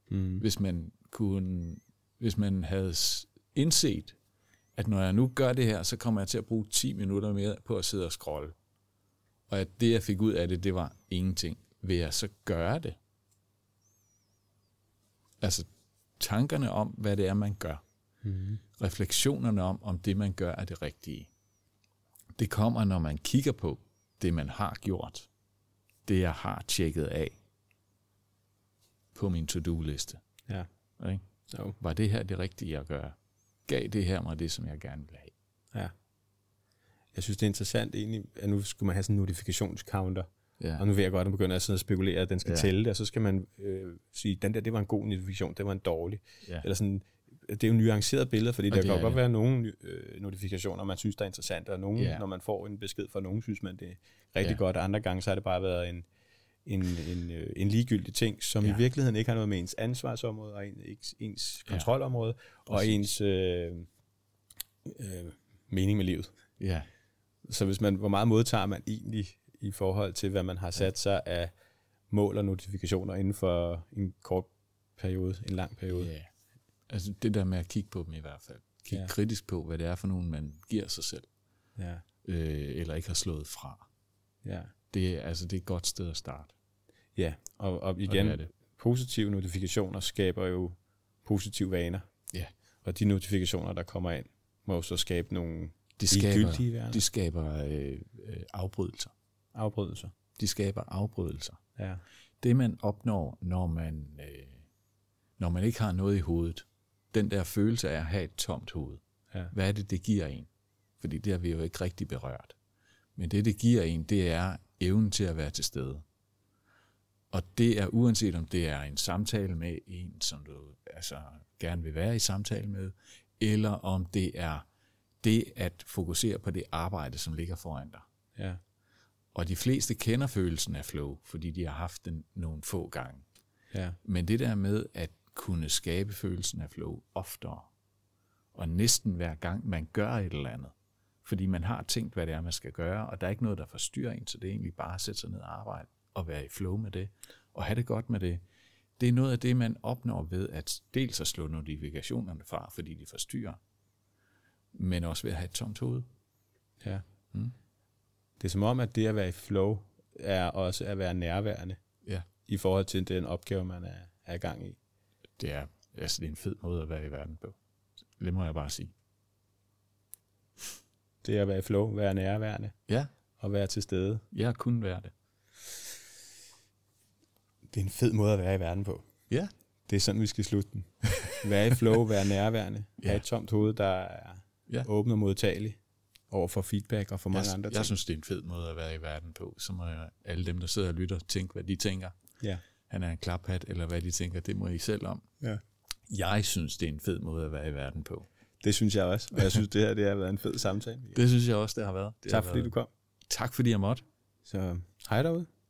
B: Hvis man havde indset, at når jeg nu gør det her, så kommer jeg til at bruge 10 minutter mere på at sidde og scrolle. Og at det, jeg fik ud af det, det var ingenting. Vil jeg så gøre det? Altså tankerne om, hvad det er, man gør. Refleksionerne om det, man gør, er det rigtige. Det kommer, når man kigger på det, man har gjort. Det, jeg har tjekket af på min to-do-liste.
A: Ja.
B: Okay? Så var det her det rigtige at gøre? Gav det her mig det, som jeg gerne vil have?
A: Ja. Jeg synes, det er interessant egentlig, at nu skulle man have sådan en notifikationscounter. Ja. Og nu vil jeg godt begynde at sidde og spekulere, at den skal tælle det, og så skal man sige, den der, det var en god notifikation, det var en dårlig. Ja. Eller sådan, det er jo nuancerede billeder, fordi der kan godt være nogle notifikationer, man synes, der er interessante, og nogle, når man får en besked fra nogen, synes man, det er rigtig godt, og andre gange, så har det bare været en ligegyldig ting, som i virkeligheden ikke har noget med ens ansvarsområde, og ens kontrolområde, og ens mening med livet.
B: Ja.
A: Så hvor meget modtager man egentlig i forhold til, hvad man har sat sig af mål og notifikationer inden for en kort periode, en lang periode.
B: Ja, altså det der med at kigge på dem i hvert fald. Kigge kritisk på, hvad det er for nogen, man giver sig selv.
A: Ja.
B: Eller ikke har slået fra.
A: Ja.
B: Det er et godt sted at starte.
A: Ja, og igen, positive notifikationer skaber jo positive vaner.
B: Ja.
A: Og de notifikationer, der kommer ind, må jo så skabe nogle
B: gyldige vaner. De skaber afbrydelser.
A: Afbrydelser.
B: De skaber afbrydelser.
A: Ja.
B: Det man opnår, når man ikke har noget i hovedet, den der følelse af at have et tomt hoved.
A: Ja.
B: Hvad er det giver en? Fordi det har vi jo ikke rigtig berørt. Men det giver en, det er, evnen til at være til stede. Og det er uanset om det er en samtale med en, som du altså gerne vil være i samtale med, eller om det er det at fokusere på det arbejde, som ligger foran dig.
A: Ja.
B: Og de fleste kender følelsen af flow, fordi de har haft den nogle få gange.
A: Ja.
B: Men det der med at kunne skabe følelsen af flow oftere, og næsten hver gang man gør et eller andet, fordi man har tænkt, hvad det er, man skal gøre, og der er ikke noget, der forstyrrer en, så det er egentlig bare at sætte sig ned og arbejde, og være i flow med det, og have det godt med det. Det er noget af det, man opnår ved at dels at slå notifikationerne fra, fordi de forstyrrer, men også ved at have et tomt hoved.
A: Ja. Det er som om, at det at være i flow, er også at være nærværende,
B: Ja.
A: i forhold til den opgave, man er i gang i.
B: Det er en fed måde at være i verden på. Det må jeg bare sige.
A: Det at være i flow, være nærværende,
B: Ja,
A: og være til stede.
B: jeg kunne være det.
A: Det er en fed måde at være i verden på.
B: Ja.
A: Det er sådan, vi skal slutte den. Være i flow, være nærværende.
B: Ja.
A: Have et tomt hoved, der er åben og modtagelig over for feedback og for mange andre ting.
B: Jeg synes, det er en fed måde at være i verden på. Så må alle dem, der sidder og lytter, tænke, hvad de tænker.
A: Ja.
B: Han er en klaphat, eller hvad de tænker, det må I selv om.
A: Ja.
B: Jeg synes, det er en fed måde at være i verden på.
A: Det synes jeg også, og jeg synes, det her det har været en fed samtale.
B: Det synes jeg også, det har været.
A: Tak fordi du kom.
B: Tak fordi jeg måtte.
A: Så hej derude.